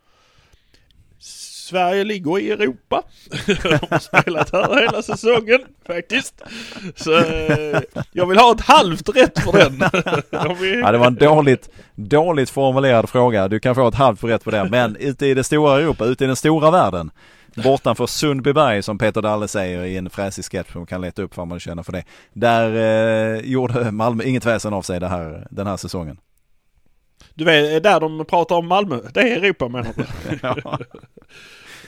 Sverige ligger i Europa. De har spelat här hela säsongen faktiskt. Så jag vill ha ett halvt rätt för den. Ja, det var en dåligt formulerad fråga. Du kan få ett halvt rätt på den. Men ute i det stora Europa, ute i den stora världen, bortanför Sundbyberg, som Peter Dalle säger i en fräsig sketch som kan leta upp vad man känner för det. Där gjorde Malmö inget väsen av sig den här säsongen. Du vet, där de pratar om Malmö, det är Europa, menar du? Ja.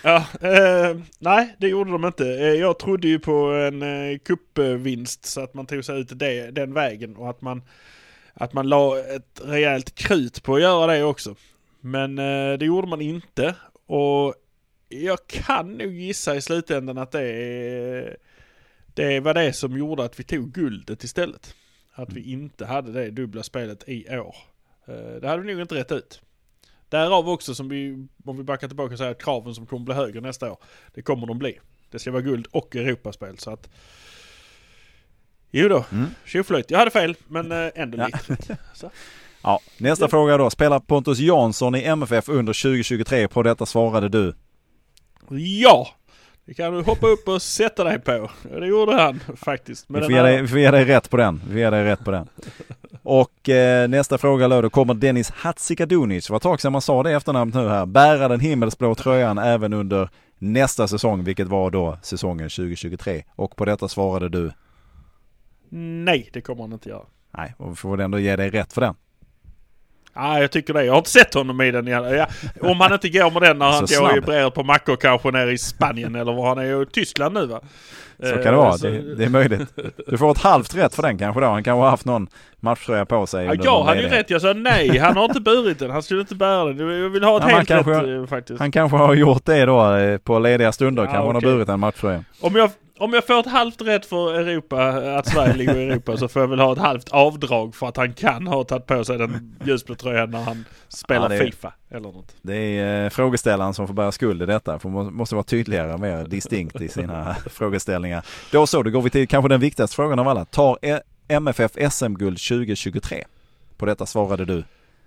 Ja, nej, det gjorde de inte. Jag trodde ju på en cupvinst så att man tog sig ut den vägen och att man la ett rejält krut på att göra det också. Men det gjorde man inte. Och jag kan nog gissa i slutändan att det var det som gjorde att vi tog guldet istället. Att vi inte hade det dubbla spelet i år. Det hade vi nog inte rätt ut. Därav också som om vi backar tillbaka och säger att kraven som kommer bli högre nästa år, det kommer de bli. Det ska vara guld och Europaspel. Så att jo då, tjoflöjt. Jag hade fel, men ändå lite. Så. Ja, nästa fråga då. Spelar Pontus Jansson i MFF under 2023? På detta svarade du. Ja, det kan du hoppa upp och sätta dig på. Det gjorde han faktiskt. Vi får ge dig rätt på den. Och nästa fråga löd, kommer Dennis Hatzikadunic, vad tag sedan man sa det efternamnet nu här, bära den himmelsblå tröjan även under nästa säsong, vilket var då säsongen 2023? Och på detta svarade du. Nej, det kommer han inte göra. Nej, och vi får ändå ge dig rätt för den. Ja, jag tycker det. Jag har inte sett honom i den. Om han inte går med den när han går i brevet på mackor kanske nere i Spanien eller var han är i Tyskland nu va? Så kan det vara, det är möjligt. Du får ett halvt rätt för den kanske då. Han kanske har haft någon matchtröja på sig. Ja, han är rätt. Jag sa nej, han har inte burit den. Han skulle inte bära den. Jag vill ha ett helt rätt faktiskt. Han kanske har gjort det då på lediga stunder. Kanske han har burit en matchtröja. Om jag får ett halvt rätt för Europa, att Sverige ligger i Europa, så får jag väl ha ett halvt avdrag för att han kan ha tagit på sig den ljusblå tröjan när han spelar FIFA eller något. Det är frågeställaren som får bära skuld i detta. För man måste vara tydligare, mer distinkt i sina frågeställningar. Då går vi till kanske den viktigaste frågan av alla. Tar MFF SM-guld 2023? På detta svarade du.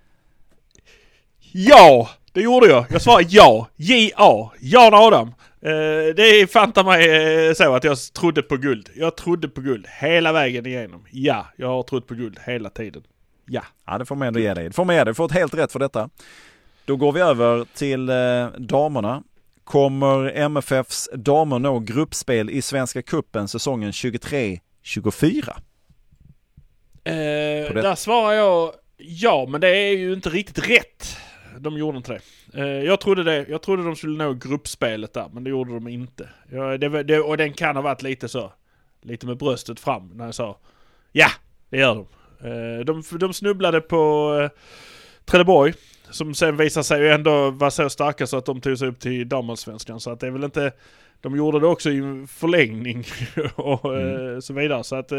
Ja, det gjorde jag. Jag svarade ja. J.A. Jan Adam. Det är fanta mig så att jag trodde på guld. Jag trodde på guld hela vägen igenom. Ja, jag har trott på guld hela tiden. Ja, det får man ändå ge dig. Du får ett helt rätt för detta. Då går vi över till damerna. Kommer MFFs damer nå gruppspel i Svenska Cupen säsongen 23-24? Där svarar jag ja, men det är ju inte riktigt rätt. De gjorde inte det. Jag trodde de skulle nå gruppspelet där, men det gjorde de inte. Och den kan ha varit lite med bröstet fram när jag sa ja, det gör de. De snubblade på Trelleborg, som sen visar sig ju ändå vara så starka så att de tog sig upp till damallsvenskan. Så att det är väl inte, de gjorde det också i förlängning och så vidare. Så att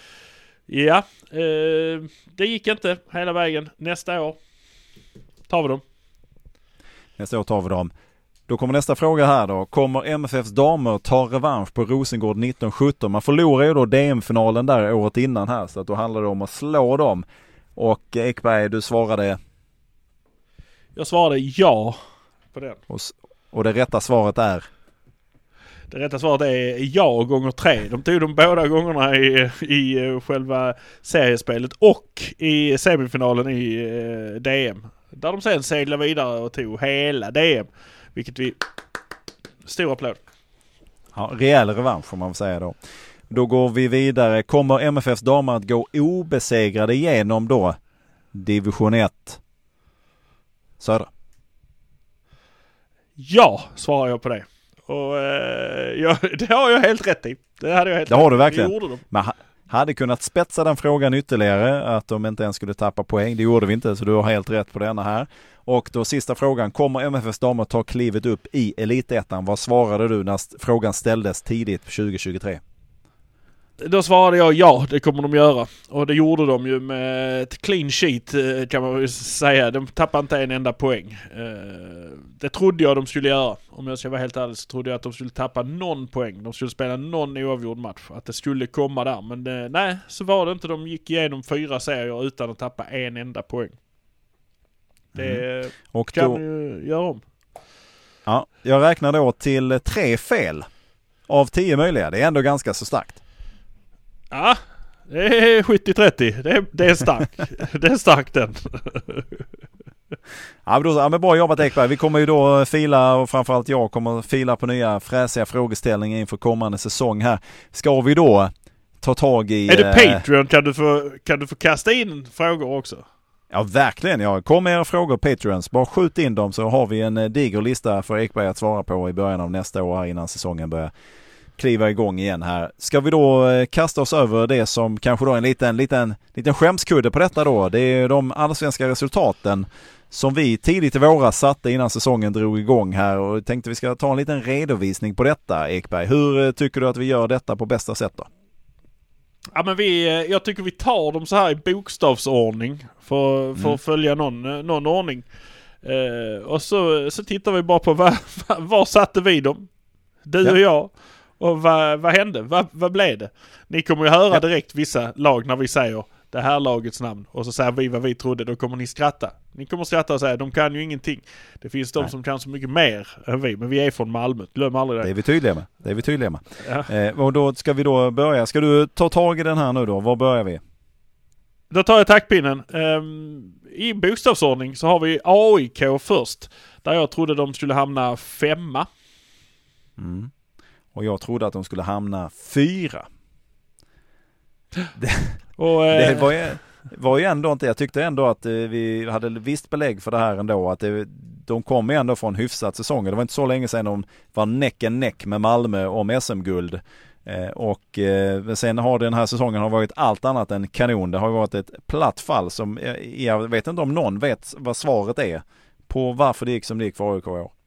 det gick inte hela vägen. Nästa år tar vi dem. Nästa år tar vi dem. Då kommer nästa fråga här då. Kommer MFFs damer ta revansch på Rosengård 1917? Man förlorar ju då DM-finalen där året innan här, så att då handlar det om att slå dem. Och Ekberg, du svarade? Jag svarade ja på den. Och det rätta svaret är? Det rätta svaret är ja gånger 3. De tog de båda gångerna i själva seriespelet och i semifinalen i DM. Där de sen seglade vidare och tog hela DM. Vilket vi... Stor applåd. Ja, rejäl revansch får man säga då. Då går vi vidare. Kommer MFFs damer att gå obesegrade igenom då division 1 södra? Ja, svarar jag på det. Och det har jag helt rätt i. Det har du verkligen. Men hade kunnat spetsa den frågan ytterligare, att de inte ens skulle tappa poäng. Det gjorde vi inte, så du har helt rätt på denna här. Och då sista frågan. Kommer MFFs damer ta klivet upp i Elitettan? Vad svarade du när frågan ställdes tidigt 2023? Då svarade jag ja, det kommer de göra. Och det gjorde de ju med ett clean sheet, kan man ju säga. De tappade inte en enda poäng. Det trodde jag de skulle göra. Om jag ska vara helt ärlig så trodde jag att de skulle tappa någon poäng. De skulle spela någon oavgjord match. Att det skulle komma där. Men nej, så var det inte. De gick igenom 4 serier utan att tappa en enda poäng. Det och kan då, ju göra om. Ja, jag räknar då till 3 fel av 10 möjliga. Det är ändå ganska så starkt. Ja, det är 70-30. Det är starkt. Det är starkt den. Ja, men bra jobbat Ekberg. Vi kommer ju då fila, och framförallt jag kommer fila på nya fräsiga frågeställningar inför kommande säsong här. Ska vi då ta tag i... Är det Patreon? Kan du få kasta in frågor också? Ja, verkligen. Ja. Kom med era frågor, Patreons. Bara skjut in dem så har vi en diger lista för Ekberg att svara på i början av nästa år här innan säsongen börjar kliva igång igen här. Ska vi då kasta oss över det som kanske då är en liten skämskudde på detta då. Det är de allsvenska resultaten som vi tidigt i våras satte innan säsongen drog igång här och tänkte vi ska ta en liten redovisning på detta, Ekberg. Hur tycker du att vi gör detta på bästa sätt då? Ja, men jag tycker vi tar dem så här i bokstavsordning för att följa någon ordning. Och så tittar vi bara på var satte vi dem? Du och jag. Och vad hände? Vad blev det? Ni kommer ju höra direkt vissa lag när vi säger det här lagets namn. Och så säger vi vad vi trodde. Då kommer ni skratta. Ni kommer skratta och säga de kan ju ingenting. Det finns de som kan så mycket mer än vi. Men vi är från Malmö. Glöm aldrig det. Det är vi tydliga med. Ja. Och då ska vi då börja. Ska du ta tag i den här nu då? Var börjar vi? Då tar jag taktpinnen. I bokstavsordning så har vi AIK först. Där jag trodde de skulle hamna 5. Och jag trodde att de skulle hamna 4. Det var ju ändå inte, jag tyckte ändå att vi hade visst belägg för det här ändå, att de kom ändå från hyfsat säsonger. Det var inte så länge sedan de var näck med Malmö om SM-guld. Och sen har den här säsongen har varit allt annat än kanon. Det har varit ett platt fall som jag vet inte om någon vet vad svaret är på varför det gick som det gick för AIK i år.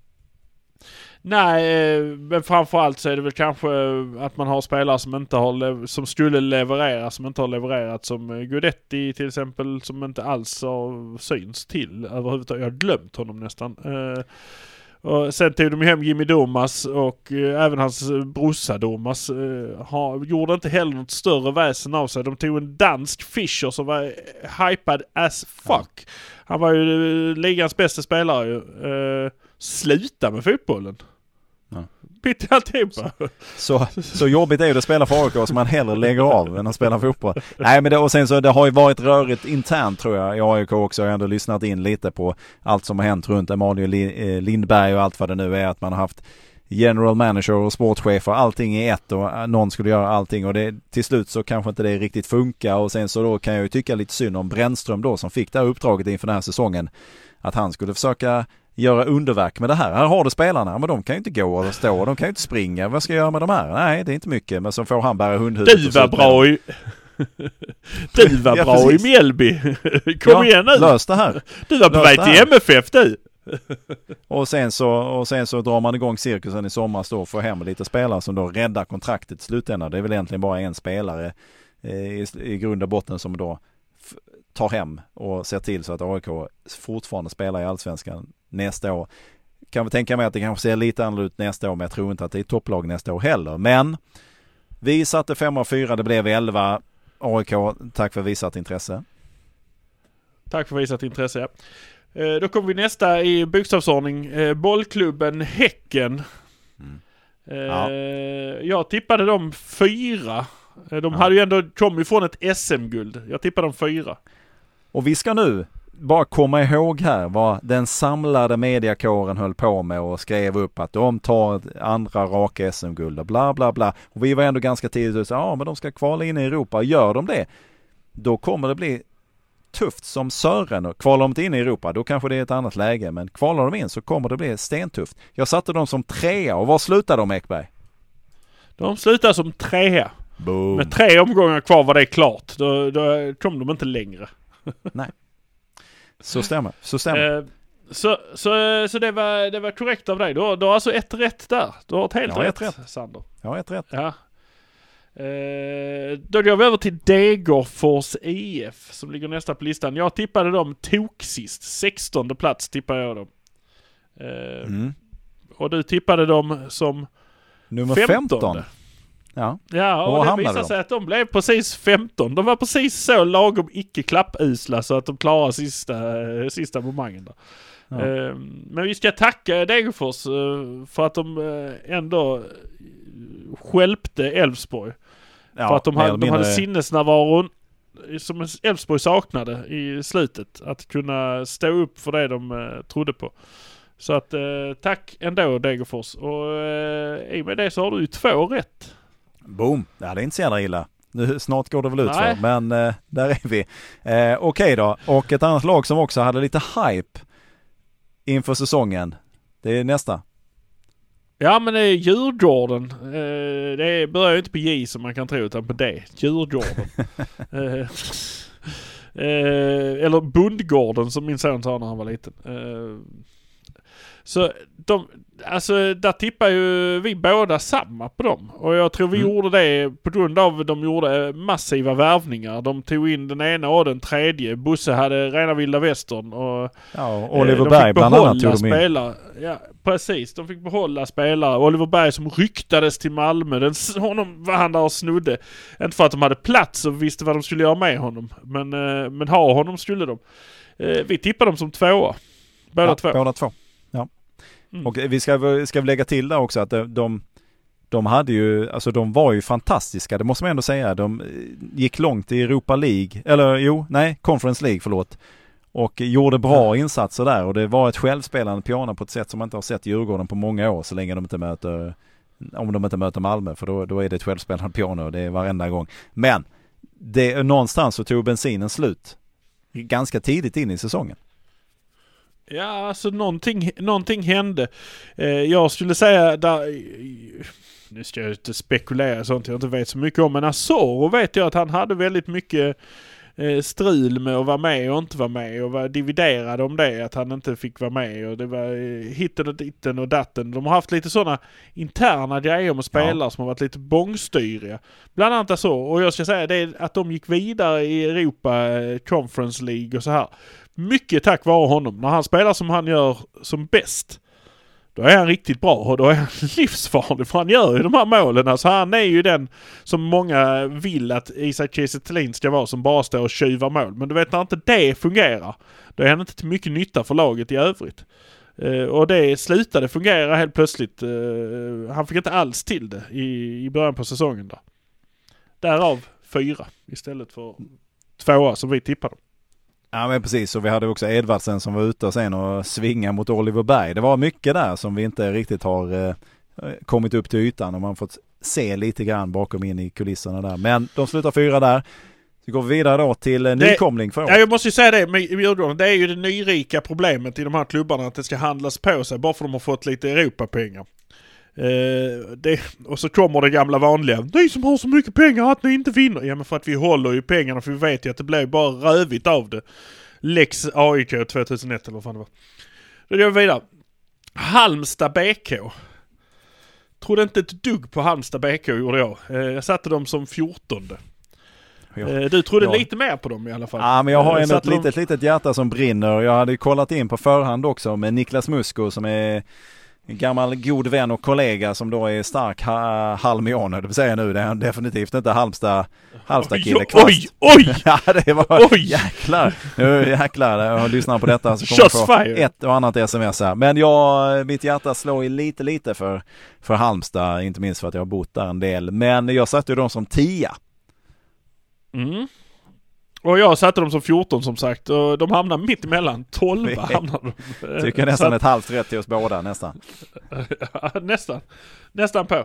Nej, men framförallt så är det väl kanske att man har spelare som skulle leverera, som inte har levererat, som Gudetti till exempel, som inte alls har syns till överhuvudtaget. Jag har glömt honom nästan. Och sen tog de hem Jimmy Domas och även hans brorsa Domas gjorde inte heller något större väsen av sig. De tog en dansk Fischer som var hypad as fuck. Han var ju ligans bästa spelare. Sluta med fotbollen. Pitt alltihopa. Så jobbigt är ju det att spela för AIK som man hellre lägger av än att spela fotboll. Nej, men och sen så det har ju varit rörigt internt tror jag i AIK också. Jag har ändå lyssnat in lite på allt som har hänt runt Emanuel Lindberg och allt vad det nu är, att man har haft general manager och sportchefer, allting i ett och någon skulle göra allting och det, till slut så kanske inte det riktigt funkar och sen så då kan jag ju tycka lite synd om Brännström då som fick det här uppdraget inför den här säsongen, att han skulle försöka göra underverk med det här. Här har du spelarna, men de kan ju inte gå och stå, de kan ju inte springa. Vad ska jag göra med de här? Nej, det är inte mycket, men så får han bära hundhuvudet. Du var bra i Mjällby. Kom igen nu. Lös det här. Du var på väg till MFF du. och sen så drar man igång cirkusen i sommar då, får hem lite spelare som då räddar kontraktet i slutändan. Det är väl egentligen bara en spelare i grund och botten som då tar hem och ser till så att AIK fortfarande spelar i Allsvenskan nästa år. Kan vi tänka mig att det kanske ser lite annorlunda ut nästa år, men jag tror inte att det är topplag nästa år heller. Men vi satte 5 av 4, det blev 11. AIK, tack för visat intresse. Tack för visat intresse, ja. Då kommer vi nästa i bokstavsordning. Bollklubben Häcken. Jag tippade dem 4. De hade ju ändå kommit från ett SM-guld. Jag tippade dem 4. Och vi ska nu bara komma ihåg här vad den samlade mediakåren höll på med och skrev upp att de tar andra raka SM-guld och bla bla bla. Och vi var ändå ganska tidigt och sa men de ska kvala in i Europa. Gör de det, då kommer det bli tufft som Sören. Och kvalar de inte in i Europa, då kanske det är ett annat läge. Men kvalar de in så kommer det bli stentufft. Jag satte dem som 3 och var slutar de, Ekberg? De slutar som 3. Boom. Med 3 omgångar kvar var det klart. Då kom de inte längre. Nej. Så stämmer. Så det var korrekt av dig. Du har alltså ett rätt där. Du har ett helt rätt, Sander. Ja, ett rätt. Ja. Då går vi över till Degerfors IF som ligger nästa på listan. Jag tippade dem sist. 16:e plats tippade jag dem. Och du tippade dem som nummer 15. Ja, och det visade sig att de blev precis 15. De var precis så lagom icke-klappusla så att de klarar sista momangen där. Ja. Men vi ska tacka Degerfors för att de ändå skälpte Elfsborg. Ja, för att de hade sinnesnärvaron som Elfsborg saknade i slutet. Att kunna stå upp för det de trodde på. Så att tack ändå Degerfors. Och i med det så har du ju 2 rätt. Boom, det är inte så jävla illa. Nu, snart går det väl ut Nej. för, men där är vi. Okej då, och ett annat lag som också hade lite hype inför säsongen, det är nästa. Ja, men det är Djurgården. Det börjar ju inte på J som man kan tro, utan på D. Djurgården. Eller Bundgården som min son sa när han var liten. Så där tippar ju vi båda samma på dem. Och jag tror vi gjorde det på grund av att de gjorde massiva värvningar. De tog in den ena och den tredje. Bosse hade rena vilda västern. Och Oliver Berg bland annat tog de in. Spelare. Ja, precis. De fick behålla spelare. Oliver Berg som ryktades till Malmö. Honom var han där och snudde. Inte för att de hade plats och visste vad de skulle göra med honom. Men ha honom skulle de. Vi tippade dem som tvåa. Båda två. Ja. Och vi ska lägga till där också att de hade ju, alltså de var ju fantastiska, det måste man ändå säga. De gick långt i Europa League, Conference League, förlåt. Och gjorde bra insatser där, och det var ett självspelande piano på ett sätt som man inte har sett i Djurgården på många år, så länge de inte möter Malmö, för då är det ett självspelande piano, det är varenda gång. Men någonstans så tog bensinen slut ganska tidigt in i säsongen. Ja, alltså någonting hände. Jag skulle säga nu ska jag inte spekulera sånt jag inte vet så mycket om, men Asoro vet jag att han hade väldigt mycket strul med att vara med och inte vara med, och var dividerad om det, att han inte fick vara med, och det var hitten och ditten och datten. De har haft lite sådana interna grejer med spelare som har varit lite bångstyriga. Bland annat så, och jag ska säga det, att de gick vidare i Europa Conference League och så här. Mycket tack vare honom. När han spelar som han gör som bäst, då är han riktigt bra, och då är han livsfarlig, för han gör ju de här målen. Alltså han är ju den som många vill att Isak Kiese Thelin ska vara, som bara står och tjuvar mål. Men du vet, när inte det fungerar, då är han inte till mycket nytta för laget i övrigt. Och det slutade fungera helt plötsligt. Han fick inte alls till det i början på säsongen där. Därav 4 istället för 2 som vi tippade. Ja, men precis, och vi hade också Edvardsen som var ute och sen och svinga mot Oliver Berg. Det var mycket där som vi inte riktigt har kommit upp till ytan, och man fått se lite grann bakom in i kulisserna där. Men de slutar 4 där. Så går vi vidare då till nykomling för oss. Ja, jag måste ju säga det med Djurgården. Det är ju det nyrika problemet i de här klubbarna, att det ska handlas på sig bara för att de har fått lite Europapengar. Och så kommer det gamla vanliga: ni som har så mycket pengar att ni inte vinner. Ja, men för att vi håller ju pengarna, för vi vet ju att det blev bara rövigt av det. Lex AIK 2001 eller vad fan det var. Då går vi vidare. Halmstad BK. Trodde inte ett dugg på Halmstad BK, gjorde jag. Jag satte dem som 14. Du trodde lite mer på dem i alla fall. Ja, men jag har ändå ett litet hjärta som brinner. Jag hade kollat in på förhand också med Niklas Musko, som är en gammal god vän och kollega, som då är stark halmianer. Det vill säga nu, det är definitivt inte Halmstad-kille. Oj! Ja, det var jäklar. Nu jäklar, jag har lyssnat på detta så kommer jag få ett och annat sms här. Men mitt hjärta slår lite för Halmstad, inte minst för att jag har bott där en del. Men jag satte ju dem som 10. Mm. Och jag satte dem som 14 som sagt, och de hamnar mitt emellan. 12 hamnar de. Tycker nästan ett halvt rätt till oss båda, nästan. nästan på.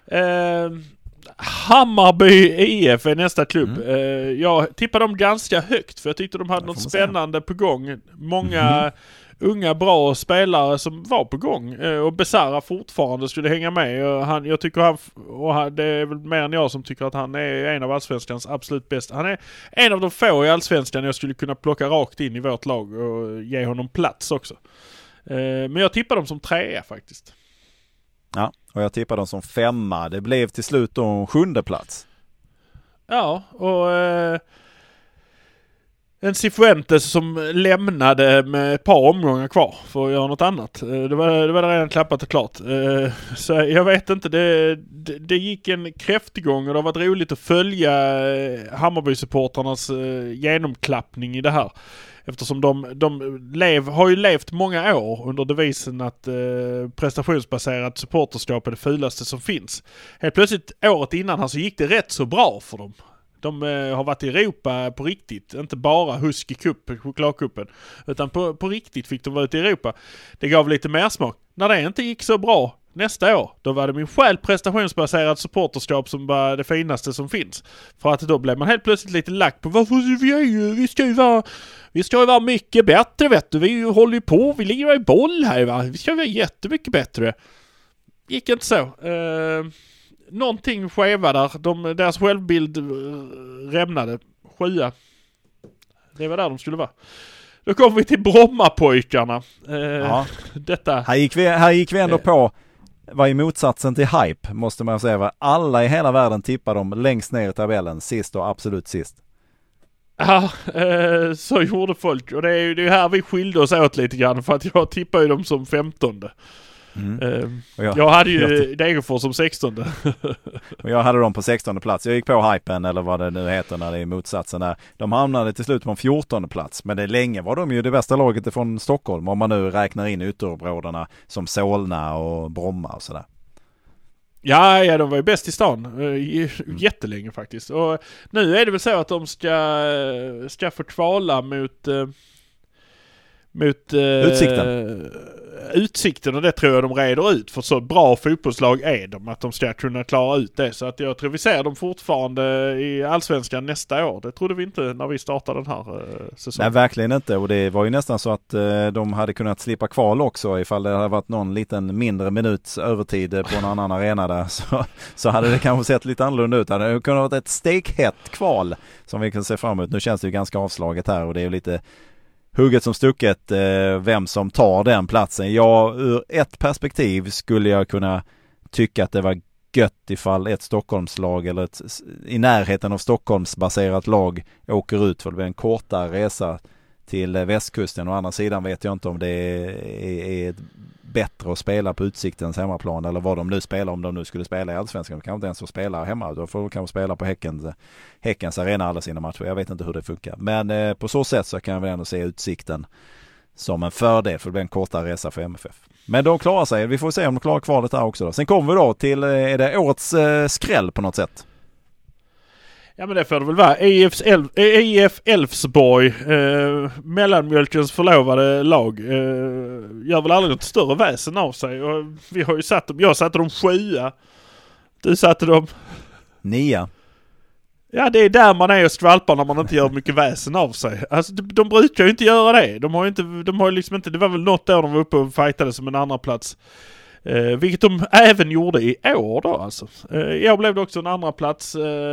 Hammarby IF är nästa klubb. Jag tippade dem ganska högt, för jag tyckte de hade något spännande på gång. Många unga bra spelare som var på gång, och Besara fortfarande skulle hänga med. Jag tycker det är väl mer än jag som tycker att han är en av allsvenskans absolut bästa. Han är en av de få i allsvenskan jag skulle kunna plocka rakt in i vårt lag och ge honom plats också. Men jag tippar dem som 3 faktiskt. Ja, och jag tippar dem som 5. Det blev till slut då en 7:e plats. Ja, och en Cifuentes som lämnade med ett par omgångar kvar för att göra något annat. Det var redan klappat och klart. Så jag vet inte, det gick en kräftigång, och det har varit roligt att följa Hammarby-supporternas genomklappning i det här. Eftersom de har ju levt många år under devisen att prestationsbaserat supporterskap är det fulaste som finns. Helt plötsligt året innan här så gick det rätt så bra för dem. De har varit i Europa på riktigt. Inte bara Husky Cup, chokladkuppen. Utan på riktigt fick de vara ute i Europa. Det gav lite mer smak. När det inte gick så bra, nästa år, då var det min själv prestationsbaserad supporterskap som var det finaste som finns. För att då blev man helt plötsligt lite lack på varför vi ska ju vara mycket bättre, vet du. Vi håller ju på, vi ligger i boll här, va. Vi ska vara jättemycket bättre. Gick inte så. Någonting skeva där. Deras självbild rämnade. 7. Det var där de skulle vara. Då kommer vi till Brommapojkarna. Detta. Här gick vi ändå på vad i motsatsen till hype, måste man säga. Var alla i hela världen tippar dem längst ner i tabellen. Sist och absolut sist. Ja, så gjorde folk. Och det är ju här vi skilde oss åt lite grann. För att jag tippar ju dem som 15:e. Jag hade ju Degerfors som 16:e. Och jag hade dem på 16:e plats. Jag gick på hypen, eller vad det nu heter när det är motsatsen där. De hamnade till slut på en 14:e plats. Men länge var de ju det bästa laget från Stockholm. Om man nu räknar in ytterområdena som Solna och Bromma och sådär. Ja, de var ju bäst i stan. Jättelänge faktiskt. Och nu är det väl så att de ska få kvala mot Utsikten, och det tror jag de reder ut, för så bra fotbollslag är de att de ska kunna klara ut det. Så att jag tror vi ser dem fortfarande i Allsvenskan nästa år. Det trodde vi inte när vi startade den här säsongen. Nej, verkligen inte, och det var ju nästan så att de hade kunnat slippa kval också ifall det hade varit någon liten mindre minuts övertid på en annan arena där, så hade det kanske sett lite annorlunda ut. Det hade kunnat vara ett stekhett kval som vi kan se fram emot. Nu känns det ju ganska avslaget här, och det är ju lite hugget som stucket vem som tar den platsen. Ja, ur ett perspektiv skulle jag kunna tycka att det var gött ifall ett Stockholmslag eller ett i närheten av Stockholmsbaserat lag åker ut, för det blir en kortare resa till västkusten. Å andra sidan vet jag inte om det är bättre att spela på Utsiktens hemmaplan, eller vad de nu spelar, om de nu skulle spela i Allsvenskan. De kan inte ens få spela hemma, då får de kanske spela på Häckens arena alla sina matcher. Jag vet inte hur det funkar, men på så sätt så kan jag väl ändå se Utsikten som en fördel, för det blir en kortare resa för MFF. Men de klarar sig, vi får se om de klarar kvalet här också då. Sen kommer vi då till, är det årets skräll på något sätt? Ja, men det får det väl vara. IF Elfsborg, mellanmjölkens förlovade lag, gör väl aldrig något större väsen av sig. Och vi har ju jag satte dem 7. Du satte dem 9. Ja, det är där man är och skvalpar när man inte gör mycket väsen av sig. Alltså, de brukar ju inte göra det. De har liksom inte, det var väl något år de var uppe och fightade som en andra plats. Vilket de även gjorde i år då alltså. I år blev det också en andra plats,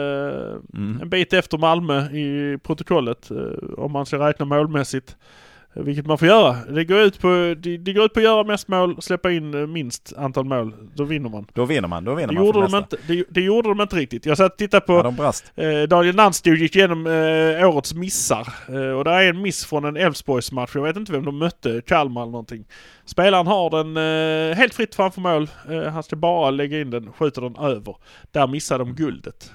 en bit efter Malmö i protokollet, om man ska räkna målmässigt. Vilket man får göra. Det går ut på att göra mest mål, släppa in minst antal mål. Då vinner man. Det gjorde de inte riktigt. Jag satt och tittade på Daniel Nannstog gick igenom årets missar. Och det är en miss från en Elfsborgsmatch. Jag vet inte vem de mötte, Kalmar eller någonting. Spelaren har den helt fritt framför mål. Han ska bara lägga in den, skjuter den över. Där missar de guldet.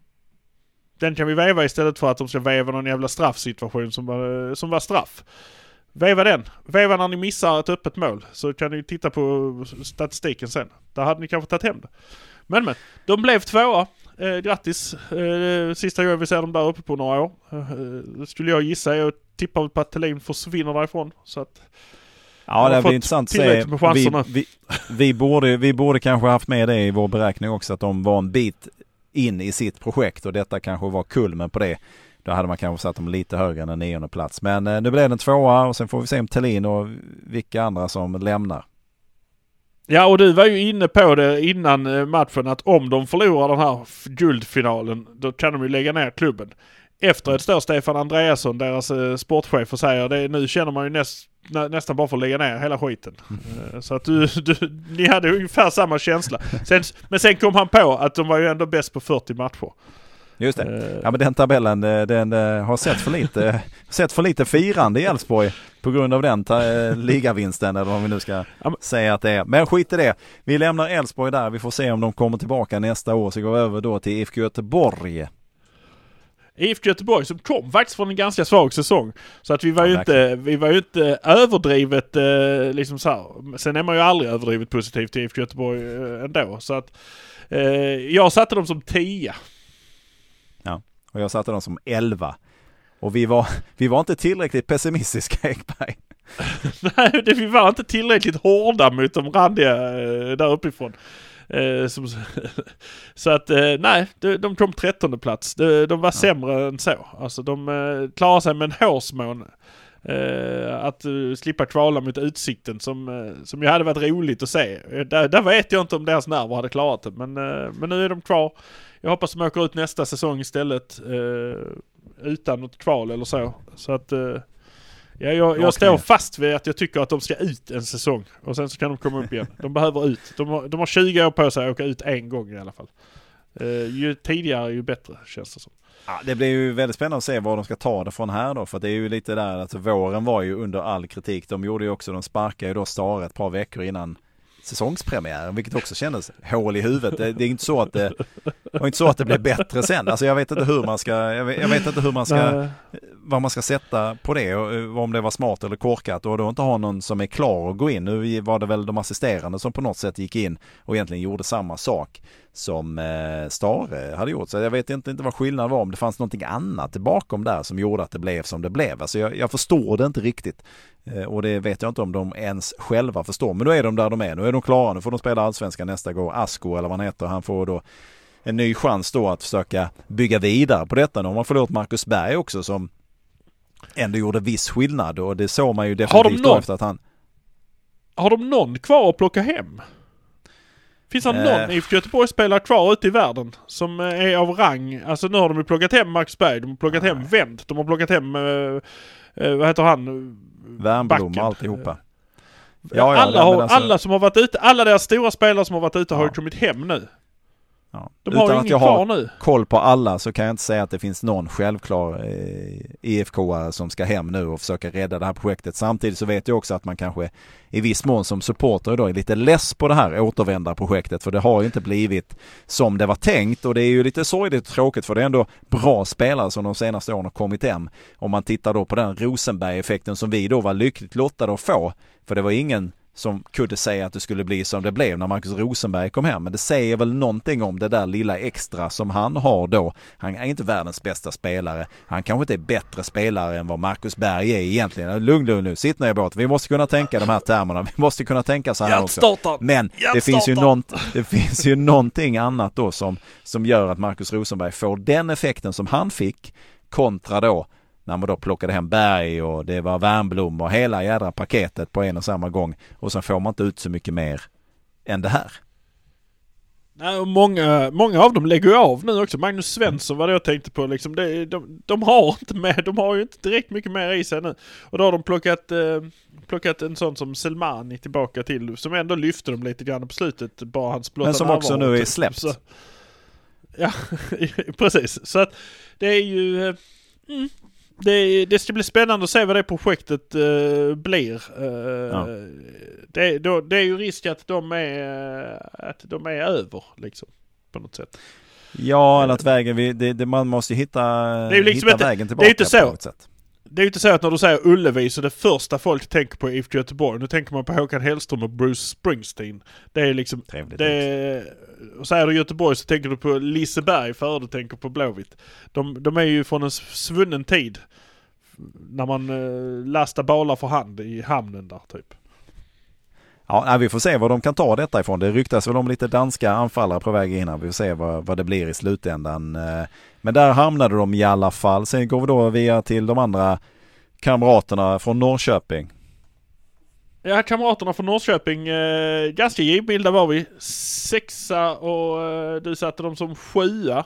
Den kan vi väva istället för att de ska väva någon jävla straffsituation som var straff. Väva när ni missar ett öppet mål, så kan ni titta på statistiken sen. Där hade ni kanske tagit hem det. Men de blev 2. Grattis. Sista gången vi ser dem där uppe på några år. Skulle jag gissa. Jag tippar på att Thelin försvinner därifrån. Så att ja, det blir intressant att se. Vi borde kanske haft med det i vår beräkning också, att de var en bit in i sitt projekt, och detta kanske var kulmen på det. Då hade man kanske satt dem lite högre än en 9:e plats. Men nu blev det en 2, och sen får vi se om Thelin och vilka andra som lämnar. Ja, och du var ju inne på det innan matchen, att om de förlorar den här guldfinalen, då kan de ju lägga ner klubben. Efter ett större Stefan Andreasson, deras sportchef, och säger det, nu känner man ju nästan bara för att lägga ner hela skiten. Så att ni hade ungefär samma känsla. Men sen kom han på att de var ju ändå bäst på 40 matcher. Just det. Ja, men den tabellen den har sett för lite firande i Elfsborg på grund av den ligavinsten, eller vad vi nu ska säga att det är. Men skit i det. Vi lämnar Elfsborg där. Vi får se om de kommer tillbaka nästa år, så går vi över då till IFK Göteborg. IFK Göteborg som kom faktiskt från en ganska svag säsong. Så att vi var ju inte överdrivet liksom så här. Sen är man ju aldrig överdrivet positiv till IFK Göteborg ändå. Så att jag satte dem som 10. Ja, och jag satte dem som 11. Och vi var inte tillräckligt pessimistiska, Ekberg. Nej, vi var inte tillräckligt hårda mot de randiga där uppifrån. Så att nej, de kom 13:e plats. De var sämre än så. Alltså de klarar sig med en hårsmån. Att slippa kvala mot Utsikten som ju hade varit roligt att se. Där vet jag inte om deras nerver hade klarat det. Men nu är de kvar. Jag hoppas de åker ut nästa säsong istället utan något kval eller så. Så att jag står fast vid att jag tycker att de ska ut en säsong. Och sen så kan de komma upp igen. De behöver ut. De har 20 år på sig att åka ut en gång i alla fall. Ju tidigare ju bättre, känns det som. Ja, det blir ju väldigt spännande att se var de ska ta det från här då. För det är ju lite där att våren var ju under all kritik. De gjorde ju också, de sparkade ju då Stare ett par veckor innan säsongspremiären, vilket också kändes hål i huvudet. Det är inte så att det var inte så att det blev bättre sen. Alltså jag vet inte hur man ska vad man ska sätta på det och om det var smart eller korkat och då inte ha någon som är klar att gå in. Nu var det väl de assisterande som på något sätt gick in och egentligen gjorde samma sak som Stare hade gjort. Så jag vet inte vad skillnaden var, om det fanns någonting annat bakom där som gjorde att det blev som det blev. Alltså jag förstår det inte riktigt. Och det vet jag inte om de ens själva förstår. Men nu är de där de är. Nu är de klara. Nu får de spela allsvenskan nästa gång. Asko eller vad han heter. Han får då en ny chans då att försöka bygga vidare på detta. Nu har man förlorat Marcus Berg också som ändå gjorde viss skillnad. Och det såg man ju definitivt då efter att han... Har de någon kvar att plocka hem? Finns det någon IFK Göteborg spelar kvar ute i världen som är av rang? Alltså nu har de ju plockat hem Max Berg. De har plockat hem Wendt. De har plockat hem... vad heter han? Värnblom och alltihopa. Alla som har varit ute, alla deras stora spelare som har varit ute har ju kommit hem nu. Ja. De har ju ingen kvar nu. Koll på alla så kan jag inte säga att det finns någon självklar IFK-are som ska hem nu och försöka rädda det här projektet. Samtidigt så vet jag också att man kanske i viss mån som supporter idag är lite less på det här återvändarprojektet, för det har ju inte blivit som det var tänkt och det är ju lite sorgligt och tråkigt, för det är ändå bra spelare som de senaste åren har kommit hem. Om man tittar då på den Rosenberg-effekten som vi då var lyckligt lottade att få, för det var ingen som kunde säga att det skulle bli som det blev när Marcus Rosenberg kom hem. Men det säger väl någonting om det där lilla extra som han har då. Han är inte världens bästa spelare. Han kanske inte är bättre spelare än vad Marcus Berg är egentligen. Lugn nu, sitt ner i båt. Vi måste kunna tänka de här termerna. Vi måste kunna tänka så här också. Men det finns ju någonting annat då som gör att Marcus Rosenberg får den effekten som han fick kontra då när man då plockade hem Berg och det var Värnblom och hela jädra paketet på en och samma gång. Och sen får man inte ut så mycket mer än det här. Nej, och många av dem lägger ju av nu också. Magnus Svensson var det jag tänkte på. Liksom. De har inte med, de har ju inte direkt mycket mer i sig nu. Och då har de plockat en sån som Selmani tillbaka till. Som ändå lyfter dem lite grann på slutet. Bara hans blotta men som också nu är släppt. Så, ja, precis. Så att det är ju... Det ska bli spännande att se vad det projektet blir. Det är ju risk att de är över liksom, på något sätt. Ja, eller att vägen man måste hitta vägen tillbaka på något sätt. Det är ju inte så att när du säger Ullevi så det första folk tänker på IFK Göteborg. Nu tänker man på Håkan Hellström och Bruce Springsteen. Det är liksom... Och säger du Göteborg så tänker du på Liseberg före du tänker på Blåvitt. De är ju från en svunnen tid. När man lastar balar för hand i hamnen där typ. Ja, vi får se vad de kan ta detta ifrån. Det ryktas väl om lite danska anfallare på väg in. Vi får se vad det blir i slutändan. Men där hamnade de i alla fall. Sen går vi då via till de andra kamraterna från Norrköping. Ja, kamraterna från Norrköping. Ganska givmilda var vi. 6:a och du satte dem som 7:a.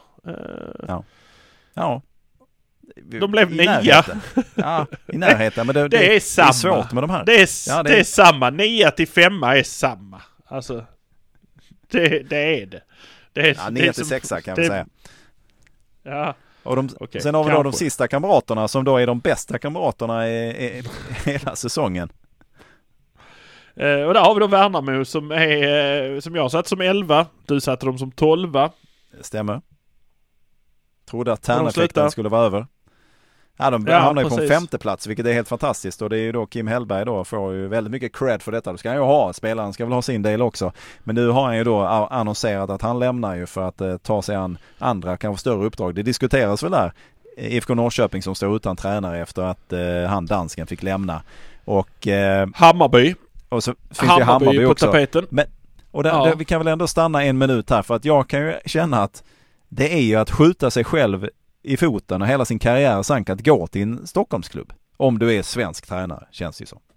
Ja. De blev 9. Ja, i närheten. Men det är samma. Det är svårt med de här. Det är samma. 9-5 är samma. Alltså, det är det. 9-6 kan vi säga. Ja. Och sen har vi då de sista kamraterna som då är de bästa kamraterna i hela säsongen. Och där har vi då Värnamo som jag satt som 11. Du satte dem som 12. Stämmer. Trodde att tärneffekten skulle vara över. Ja, de hamnar ju på en 5:e plats, vilket är helt fantastiskt. Och det är ju då Kim Hellberg då får ju väldigt mycket cred för detta. Det ska han ju ha. Spelaren ska väl ha sin del också. Men nu har han ju då annonserat att han lämnar ju för att ta sig an andra, kanske större uppdrag. Det diskuteras väl där. IFK Norrköping som står utan tränare efter att han dansken fick lämna. Och Hammarby. Och så finns det Hammarby på också. Tapeten. Men, och där, vi kan väl ändå stanna en minut här, för att jag kan ju känna att det är ju att skjuta sig själv i foten och hela sin karriär sank att gå till en Stockholmsklubb. Om du är svensk tränare, känns det ju som.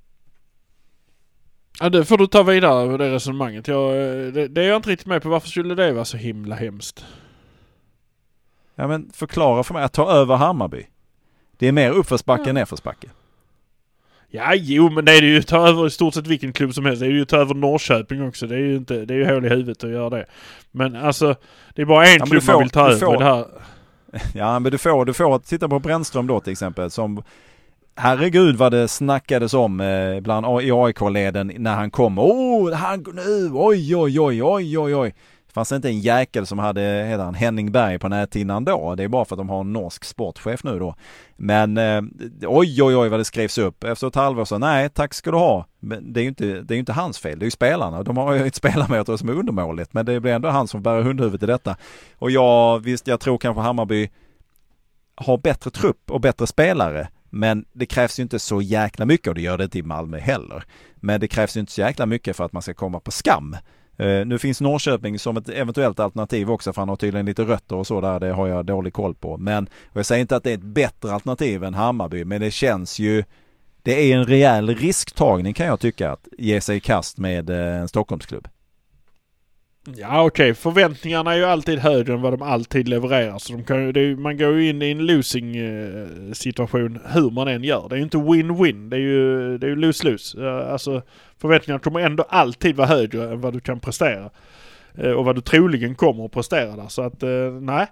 Ja, det får du ta vidare det resonemanget. Det är jag inte riktigt med på. Varför skulle det vara så himla hemskt? Ja, men förklara för mig att ta över Hammarby. Det är mer uppförsbacke än nedförsbacke. Ja, jo, men det är ju att ta över i stort sett vilken klubb som helst. Det är ju att ta över Norrköping också. Det är ju inte, det är ju hål i huvudet att göra det. Men alltså, det är bara en klubb man vill ta över det här. Ja, men du får titta på Brännström då till exempel, som herregud vad det snackades om bland i AIK-leden när han kom. Oj. Det fanns inte en jäkel som hade Henning Berg på näthinnan då. Det är bara för att de har en norsk sportchef nu då. Men oj vad det skrevs upp. Efter ett halvår så nej, tack ska du ha. Men det är ju inte hans fel. Det är ju spelarna. De har ju ett spelarmöte som är undermåligt. Men det blir ändå han som bär hundhuvudet i detta. Och jag tror kanske Hammarby har bättre trupp och bättre spelare. Men det krävs ju inte så jäkla mycket, och det gör det inte i Malmö heller. Men det krävs ju inte så jäkla mycket för att man ska komma på skam. Nu finns Norrköping som ett eventuellt alternativ också, för han har tydligen lite rötter och så där, det har jag dålig koll på. Men jag säger inte att det är ett bättre alternativ än Hammarby, men det känns ju, det är en rejäl risktagning kan jag tycka, att ge sig i kast med en Stockholmsklubb. Ja, okej. Förväntningarna är ju alltid högre än vad de alltid levererar. Så man går ju in i en losing situation hur man än gör. Det är ju inte win-win. Det är ju lose-lose. Alltså, förväntningarna kommer ändå alltid vara högre än vad du kan prestera. Och vad du troligen kommer att prestera där. Så att, nej.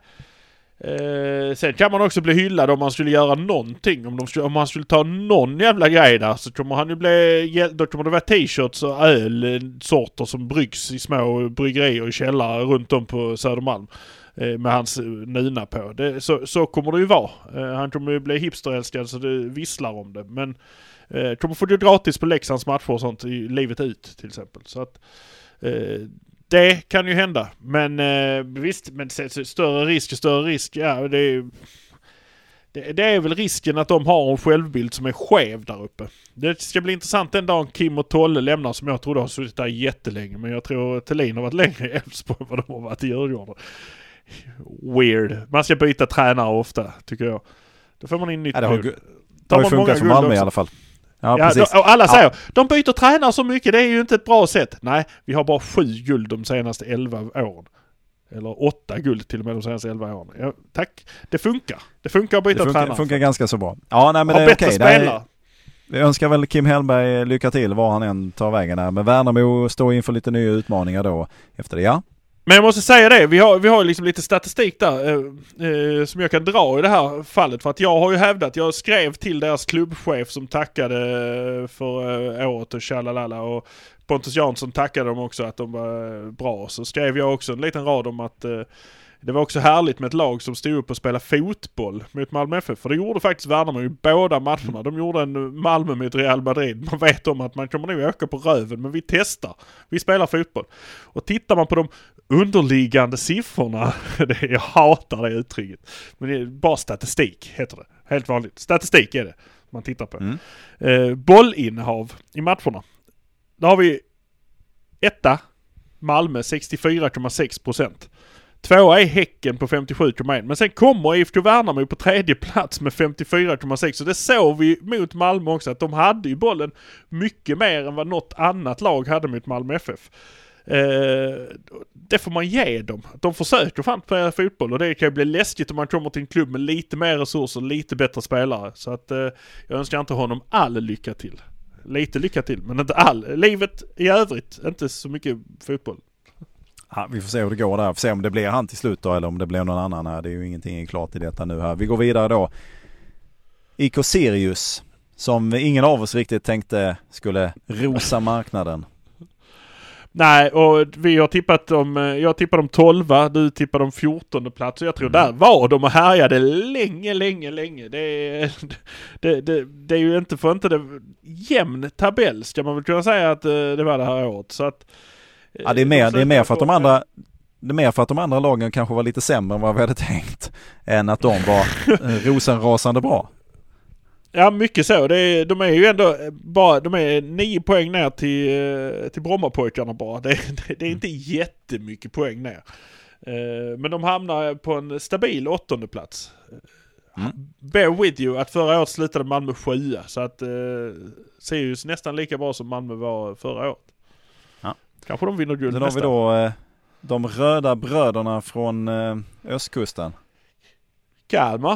Sen kan man också bli hyllad om man skulle göra någonting. Om man skulle ta någon jävla grej där, så kommer han ju då kommer det vara t-shirts och ölsorter som bryggs i små bryggerier i källare runt om på Södermalm med hans nuna på. Så kommer det ju vara. Han kommer ju bli hipsterälskad så det visslar om det. Men kommer få det gratis på Leksands matcher och sånt i livet ut till exempel. Så att det kan ju hända. Men visst, men större risk. Ja, det är väl risken att de har en självbild som är skev där uppe. Det ska bli intressant den dagen Kim och Tolle lämnar, som jag trodde har suttit där jättelänge. Men jag tror att Thelin har varit längre i Elfsborg än vad de har varit i Djurgården. Weird. Man ska byta tränare ofta, tycker jag. Då får man in nytt guld. Det har ju funkat för Malmö i alla fall. Ja, precis. Och alla säger, de byter tränare så mycket, det är ju inte ett bra sätt. Nej, vi har bara 7 guld de senaste 11 åren. Eller 8 guld till och med de senaste 11 åren. Ja, tack. Det funkar att byta tränare. Det funkar ganska så bra. Ja, nej, men det är okej. Spelare. Vi önskar väl Kim Hellberg lycka till var han än tar vägen här. Men Värnamo står inför lite nya utmaningar då efter det, ja. Men jag måste säga det, vi har liksom lite statistik där som jag kan dra i det här fallet. För att jag har ju hävdat, jag skrev till deras klubbchef som tackade för året och tjalalala, och Pontus Jansson tackade dem också att de var bra. Så skrev jag också en liten rad om att det var också härligt med ett lag som stod upp och spelade fotboll mot Malmö FF. För det gjorde faktiskt Värnamo i båda matcherna. De gjorde en Malmö mot Real Madrid. Man vet om att man kommer nog åka på röven, men vi testar. Vi spelar fotboll. Och tittar man på de underliggande siffrorna, jag hatar det uttrycket, men det är bara statistik heter det. Helt vanligt. Statistik är det man tittar på. Bollinnehav i matcherna. Då har vi etta, Malmö 64,6%. Tvåa är Häcken på 57,1%. Men sen kommer IFK Värnamo på tredje plats med 54,6%. Så det såg vi mot Malmö också, att de hade ju bollen mycket mer än vad något annat lag hade mot Malmö FF. Det får man ge dem. De försöker fan spela fotboll, och det kan ju bli läskigt om man kommer till en klubb med lite mer resurser, lite bättre spelare. Så att jag önskar inte honom all lycka till. Lite lycka till, men inte all. Livet i övrigt, inte så mycket fotboll. Ja, vi får se hur det går där. Vi får se om det blir han till slut då, eller om det blir någon annan här. Det är ju ingenting klart i detta nu här. Vi går vidare då. IK Sirius, som ingen av oss riktigt tänkte skulle rosa marknaden. Nej, och vi har tippat jag tippade om 12, du tippade om 14:e plats, och jag tror där var de och härjade länge. Det är ju inte det jämn tabell, ska man väl kunna säga att det var det här året. Så att ja, det är mer för att de andra, det är mer för att de andra lagen kanske var lite sämre än vad vi hade tänkt, än att de var rosenrasande bra. Ja, mycket så. De är ju ändå bara, de är 9 poäng ner till Brommapojkarna bara. Det är inte jättemycket poäng ner. Men de hamnar på en stabil 8:e plats. Bear with you att förra året slutade Malmö 7, så att Sirius nästan lika bra som Malmö var förra året. Ja. Kanske de vinner guld Sen nästa. har vi då de röda bröderna från östkusten. Kalmar.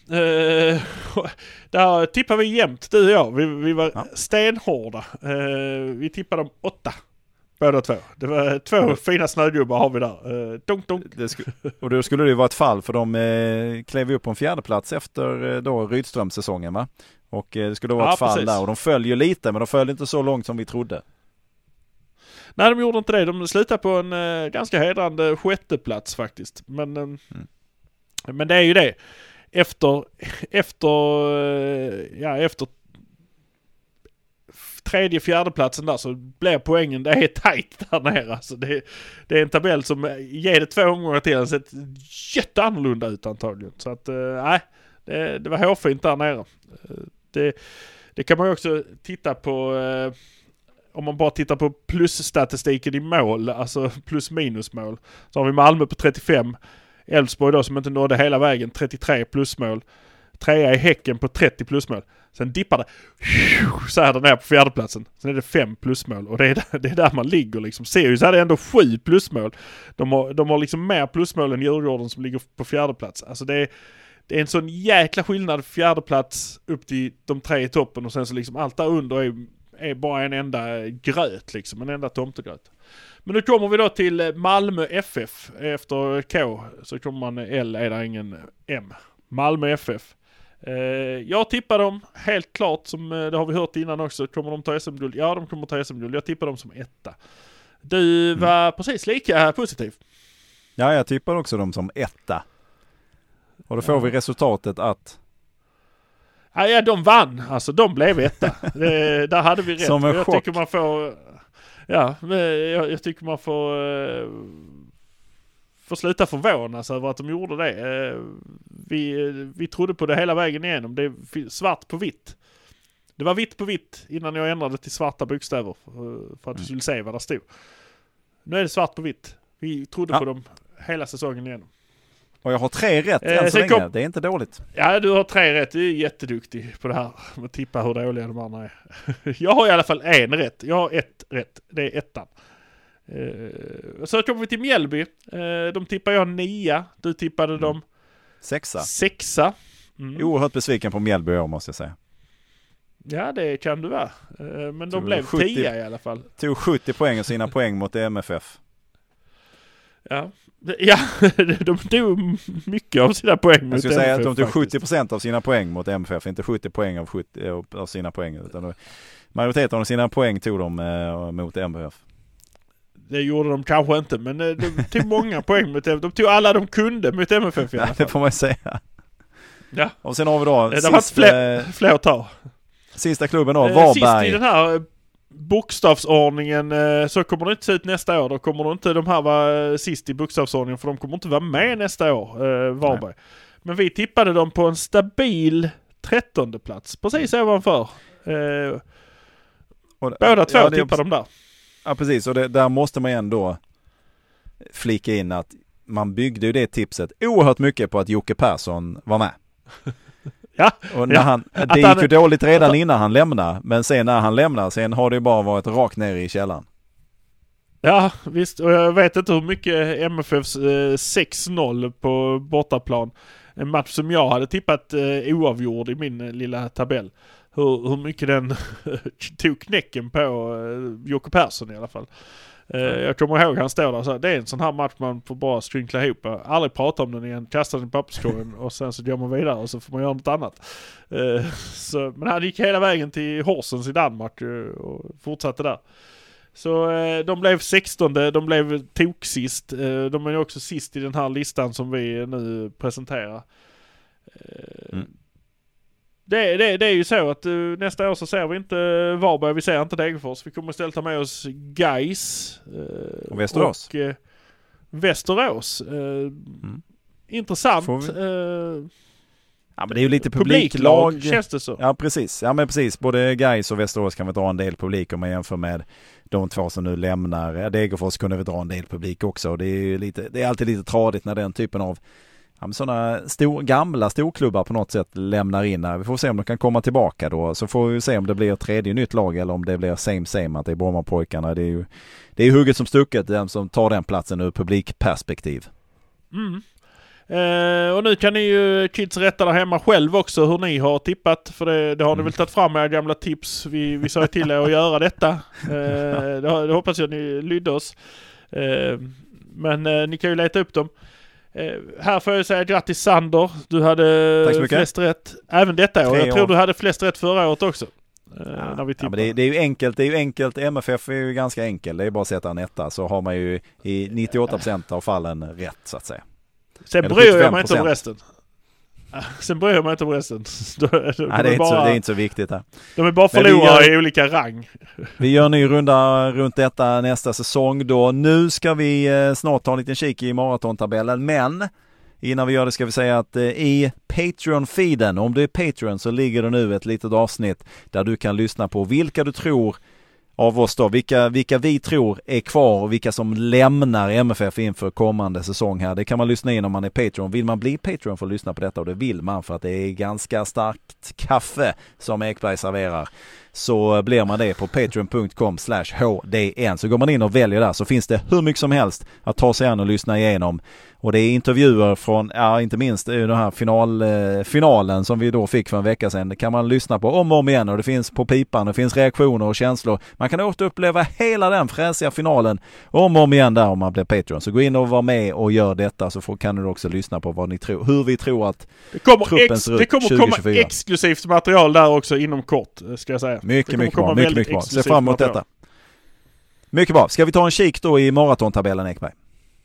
Där tippar vi jämnt, du och jag. Vi var stenhårda. Vi tippade dem 8. Båda två. Det var 2 fina snögubbar har vi där. Dunk, dunk. Och då skulle det ju vara ett fall, för de klev upp på en 4:e plats efter då Rydström-säsongen, va? Och det skulle vara ett fall precis där. Och de följer lite, men de följer inte så långt som vi trodde. Nej, de gjorde inte det. De slutade på en ganska hedrande 6:e plats faktiskt. Men det är ju det. Efter 3:e, 4:e platsen där så blir poängen, det är tajt där nere. Alltså det är en tabell som ger det 2 omgångar till. Den sett jätteannorlunda ut antagligen. Så att nej, det var hårfint där nere. Det kan man ju också titta på. Om man bara tittar på plusstatistiken i mål, alltså plus minusmål, så har vi Malmö på 35, Elfsborg då som inte nådde hela vägen, 33 plusmål, 3:a i Häcken på 30 plusmål. Sen dippar det så här ner på 4:e platsen. Sen är det 5 plusmål och det är där man ligger liksom. Sirius hade ändå 7 plusmål. De har liksom mer plusmål än Djurgården som ligger på 4:e plats. Alltså det är en sån jäkla skillnad 4:e plats upp till de 3 i toppen, och sen så liksom allt där under är bara en enda gröt liksom, en enda tomtegröt. Men nu kommer vi då till Malmö FF. Efter K så kommer man L, är där ingen M. Malmö FF. Jag tippar dem helt klart, som det har vi hört innan också. Kommer de ta SM-guld? Ja, de kommer ta SM-guld. Jag tippar dem som 1. Du var precis lika positiv. Ja, jag tippar också dem som 1. Och då får vi resultatet att... Ja, de vann. Alltså, de blev 1. Där hade vi rätt. Som en jag chock. tycker man får... Ja, jag tycker man får sluta förvånas över att de gjorde det. Vi trodde på det hela vägen igenom. Det är svart på vitt. Det var vitt på vitt innan jag ändrade till svarta bokstäver för att vi skulle se vad det stod. Nu är det svart på vitt. Vi trodde på dem hela säsongen igenom. Och jag har 3 rätt än så länge. Det är inte dåligt. Ja, du har 3 rätt. Du är jätteduktig på det här. Att tippa hur dåliga de andra är. Jag har i alla fall 1 rätt. Jag har 1 rätt. Det är 1. Så kommer vi till Mjällby. De tippar jag 9. Du tippade dem 6. Oerhört besviken på Mjällby år, måste jag säga. Ja, det kan du vara. Men de blev 10 i alla fall. Tog 70 poäng av sina poäng mot MFF. Ja, de tog mycket av sina poäng mot MFF. Jag skulle säga att de tog 70% av sina poäng mot MFF. Inte 70 poäng av sina poäng. Utan majoriteten av sina poäng tog de mot MFF. Det gjorde de kanske inte, men de tog många poäng mot MFF. De tog alla de kunde mot MFF i alla fall. Ja, det får man säga. Ja. Och sen har vi då... Det var fler att ta. Sista klubben då, Varberg. Sist i den här bokstavsordningen så kommer det inte se ut nästa år. Då kommer det inte de här vara sist i bokstavsordningen, för de kommer inte vara med nästa år, Varberg. Nej. Men vi tippade dem på en stabil 13:e plats. Precis ovanför. Båda två tippade de där. Ja, precis. Och där måste man ändå flika in att man byggde ju det tipset oerhört mycket på att Jocke Persson var med. Ja. Och det gick ju dåligt redan innan han lämnade. Men sen när han lämnar, sen har det ju bara varit rakt ner i källaren. Ja, visst. Och jag vet inte hur mycket MFFs 6-0 på bortaplan. En match som jag hade tippat oavgjord i min lilla tabell. Hur mycket den tog knäcken på Jocke Persson i alla fall. Jag kommer ihåg han står där så här, det är en sån här match man får bara skrynkla ihop. Aldrig prata om den igen, kasta den i papperskorgen och sen så går man vidare och så får man göra något annat. Men han gick hela vägen till Horsens i Danmark och fortsatte där. Så de blev 16, de blev toksist. De är ju också sist i den här listan som vi nu presenterar. Det är ju så att nästa år så ser vi inte Varberg, vi ser inte Degerfors. Vi kommer istället ta med oss Gais och Västerås. Västerås. Intressant. Ja, men det är ju lite publiklag. Känns det så? Ja, precis. Ja, men precis. Både Gais och Västerås kan vi dra en del publik om man jämför med de två som nu lämnar. Degerfors kunde vi dra en del publik också. Det är alltid lite tradigt när den typen av sådana gamla storklubbar på något sätt lämnar in här. Vi får se om de kan komma tillbaka då. Så får vi se om det blir ett tredje nytt lag eller om det blir same att det är Brommapojkarna. Det är ju hugget som stucket, den som tar den platsen ur publikperspektiv. Och nu kan ni ju kids rätta där hemma själv också hur ni har tippat. För det har ni väl tagit fram era gamla tips. Vi sa till er att göra detta. Det hoppas jag ni lydde oss. Men ni kan ju leta upp dem. Här får jag säga grattis Sander. Du hade flest rätt. Även detta år. Jag tror du hade flest rätt förra året också. När vi men det är ju enkelt. MFF är ju ganska enkel. Det är bara att sätta en etta så har man ju i 98% av fallen rätt så att säga. Sen bryr jag mig inte om resten. Nej, det är inte så viktigt här. De är bara förlorare i olika rang. Vi gör en ny runda runt detta nästa säsong då. Nu ska vi snart ta en liten kik i maratontabellen, men innan vi gör det ska vi säga att i Patreon-feeden, om du är Patreon så ligger det nu ett litet avsnitt där du kan lyssna på vilka du tror av oss då, vilka vi tror är kvar och vilka som lämnar MFF inför kommande säsong här. Det kan man lyssna in om man är Patreon. Vill man bli Patreon för att lyssna på detta, och det vill man för att det är ganska starkt kaffe som Ekberg serverar, så blir man det på patreon.com/hdn. Så går man in och väljer där så finns det hur mycket som helst att ta sig an och lyssna igenom. Och det är intervjuer från, inte minst den här finalen som vi då fick för en vecka sedan. Det kan man lyssna på om och om igen och det finns på pipan, det finns reaktioner och känslor. Man kan återuppleva hela den fräsiga finalen om och om igen där om man blir Patreon. Så gå in och var med och gör detta så kan du också lyssna på vad ni tror, hur vi tror att truppen ser ut 2024. Det kommer komma exklusivt material där också inom kort, ska jag säga. Mycket bra. Se fram emot detta. Mycket bra. Ska vi ta en kik då i maratontabellen, Ekberg?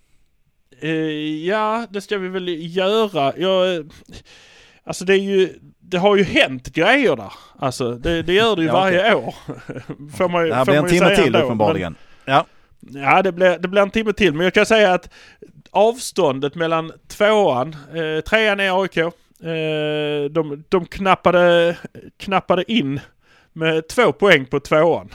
Ja, det ska vi väl göra. Alltså det har ju hänt grejer där. Alltså det gör det ju varje år. Det här blir en timme till uppenbarligen. Ja, det blir en timme till. Men jag kan säga att avståndet mellan trean är AIK. De knappade in med 2 poäng på tvåan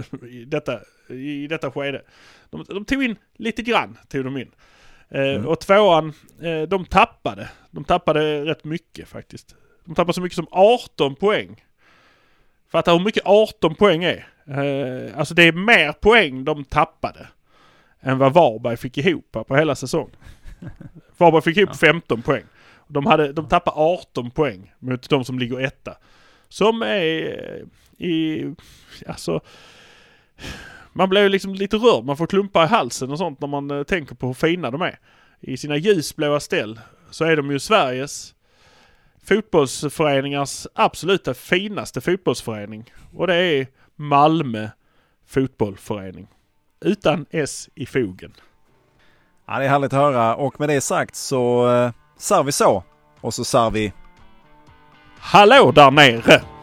i detta skede. De tog in lite grann, och tvåan, de tappade rätt mycket faktiskt. De tappade så mycket som 18 poäng. Fattar hur mycket 18 poäng är? Alltså det är mer poäng de tappade än vad Varberg fick ihop på hela säsongen. Varberg fick ihop 15 poäng. De tappade 18 poäng mot de som ligger etta. Som är alltså man blir ju liksom lite rörd. Man får klumpa i halsen och sånt när man tänker på hur fina de är. I sina ljusblåa ställ så är de ju Sveriges fotbollsföreningars absoluta finaste fotbollsförening. Och det är Malmö fotbollsförening. Utan S i fogen. Ja, det är härligt att höra. Och med det sagt så sar vi så. Och så sar vi... Hallå där nere!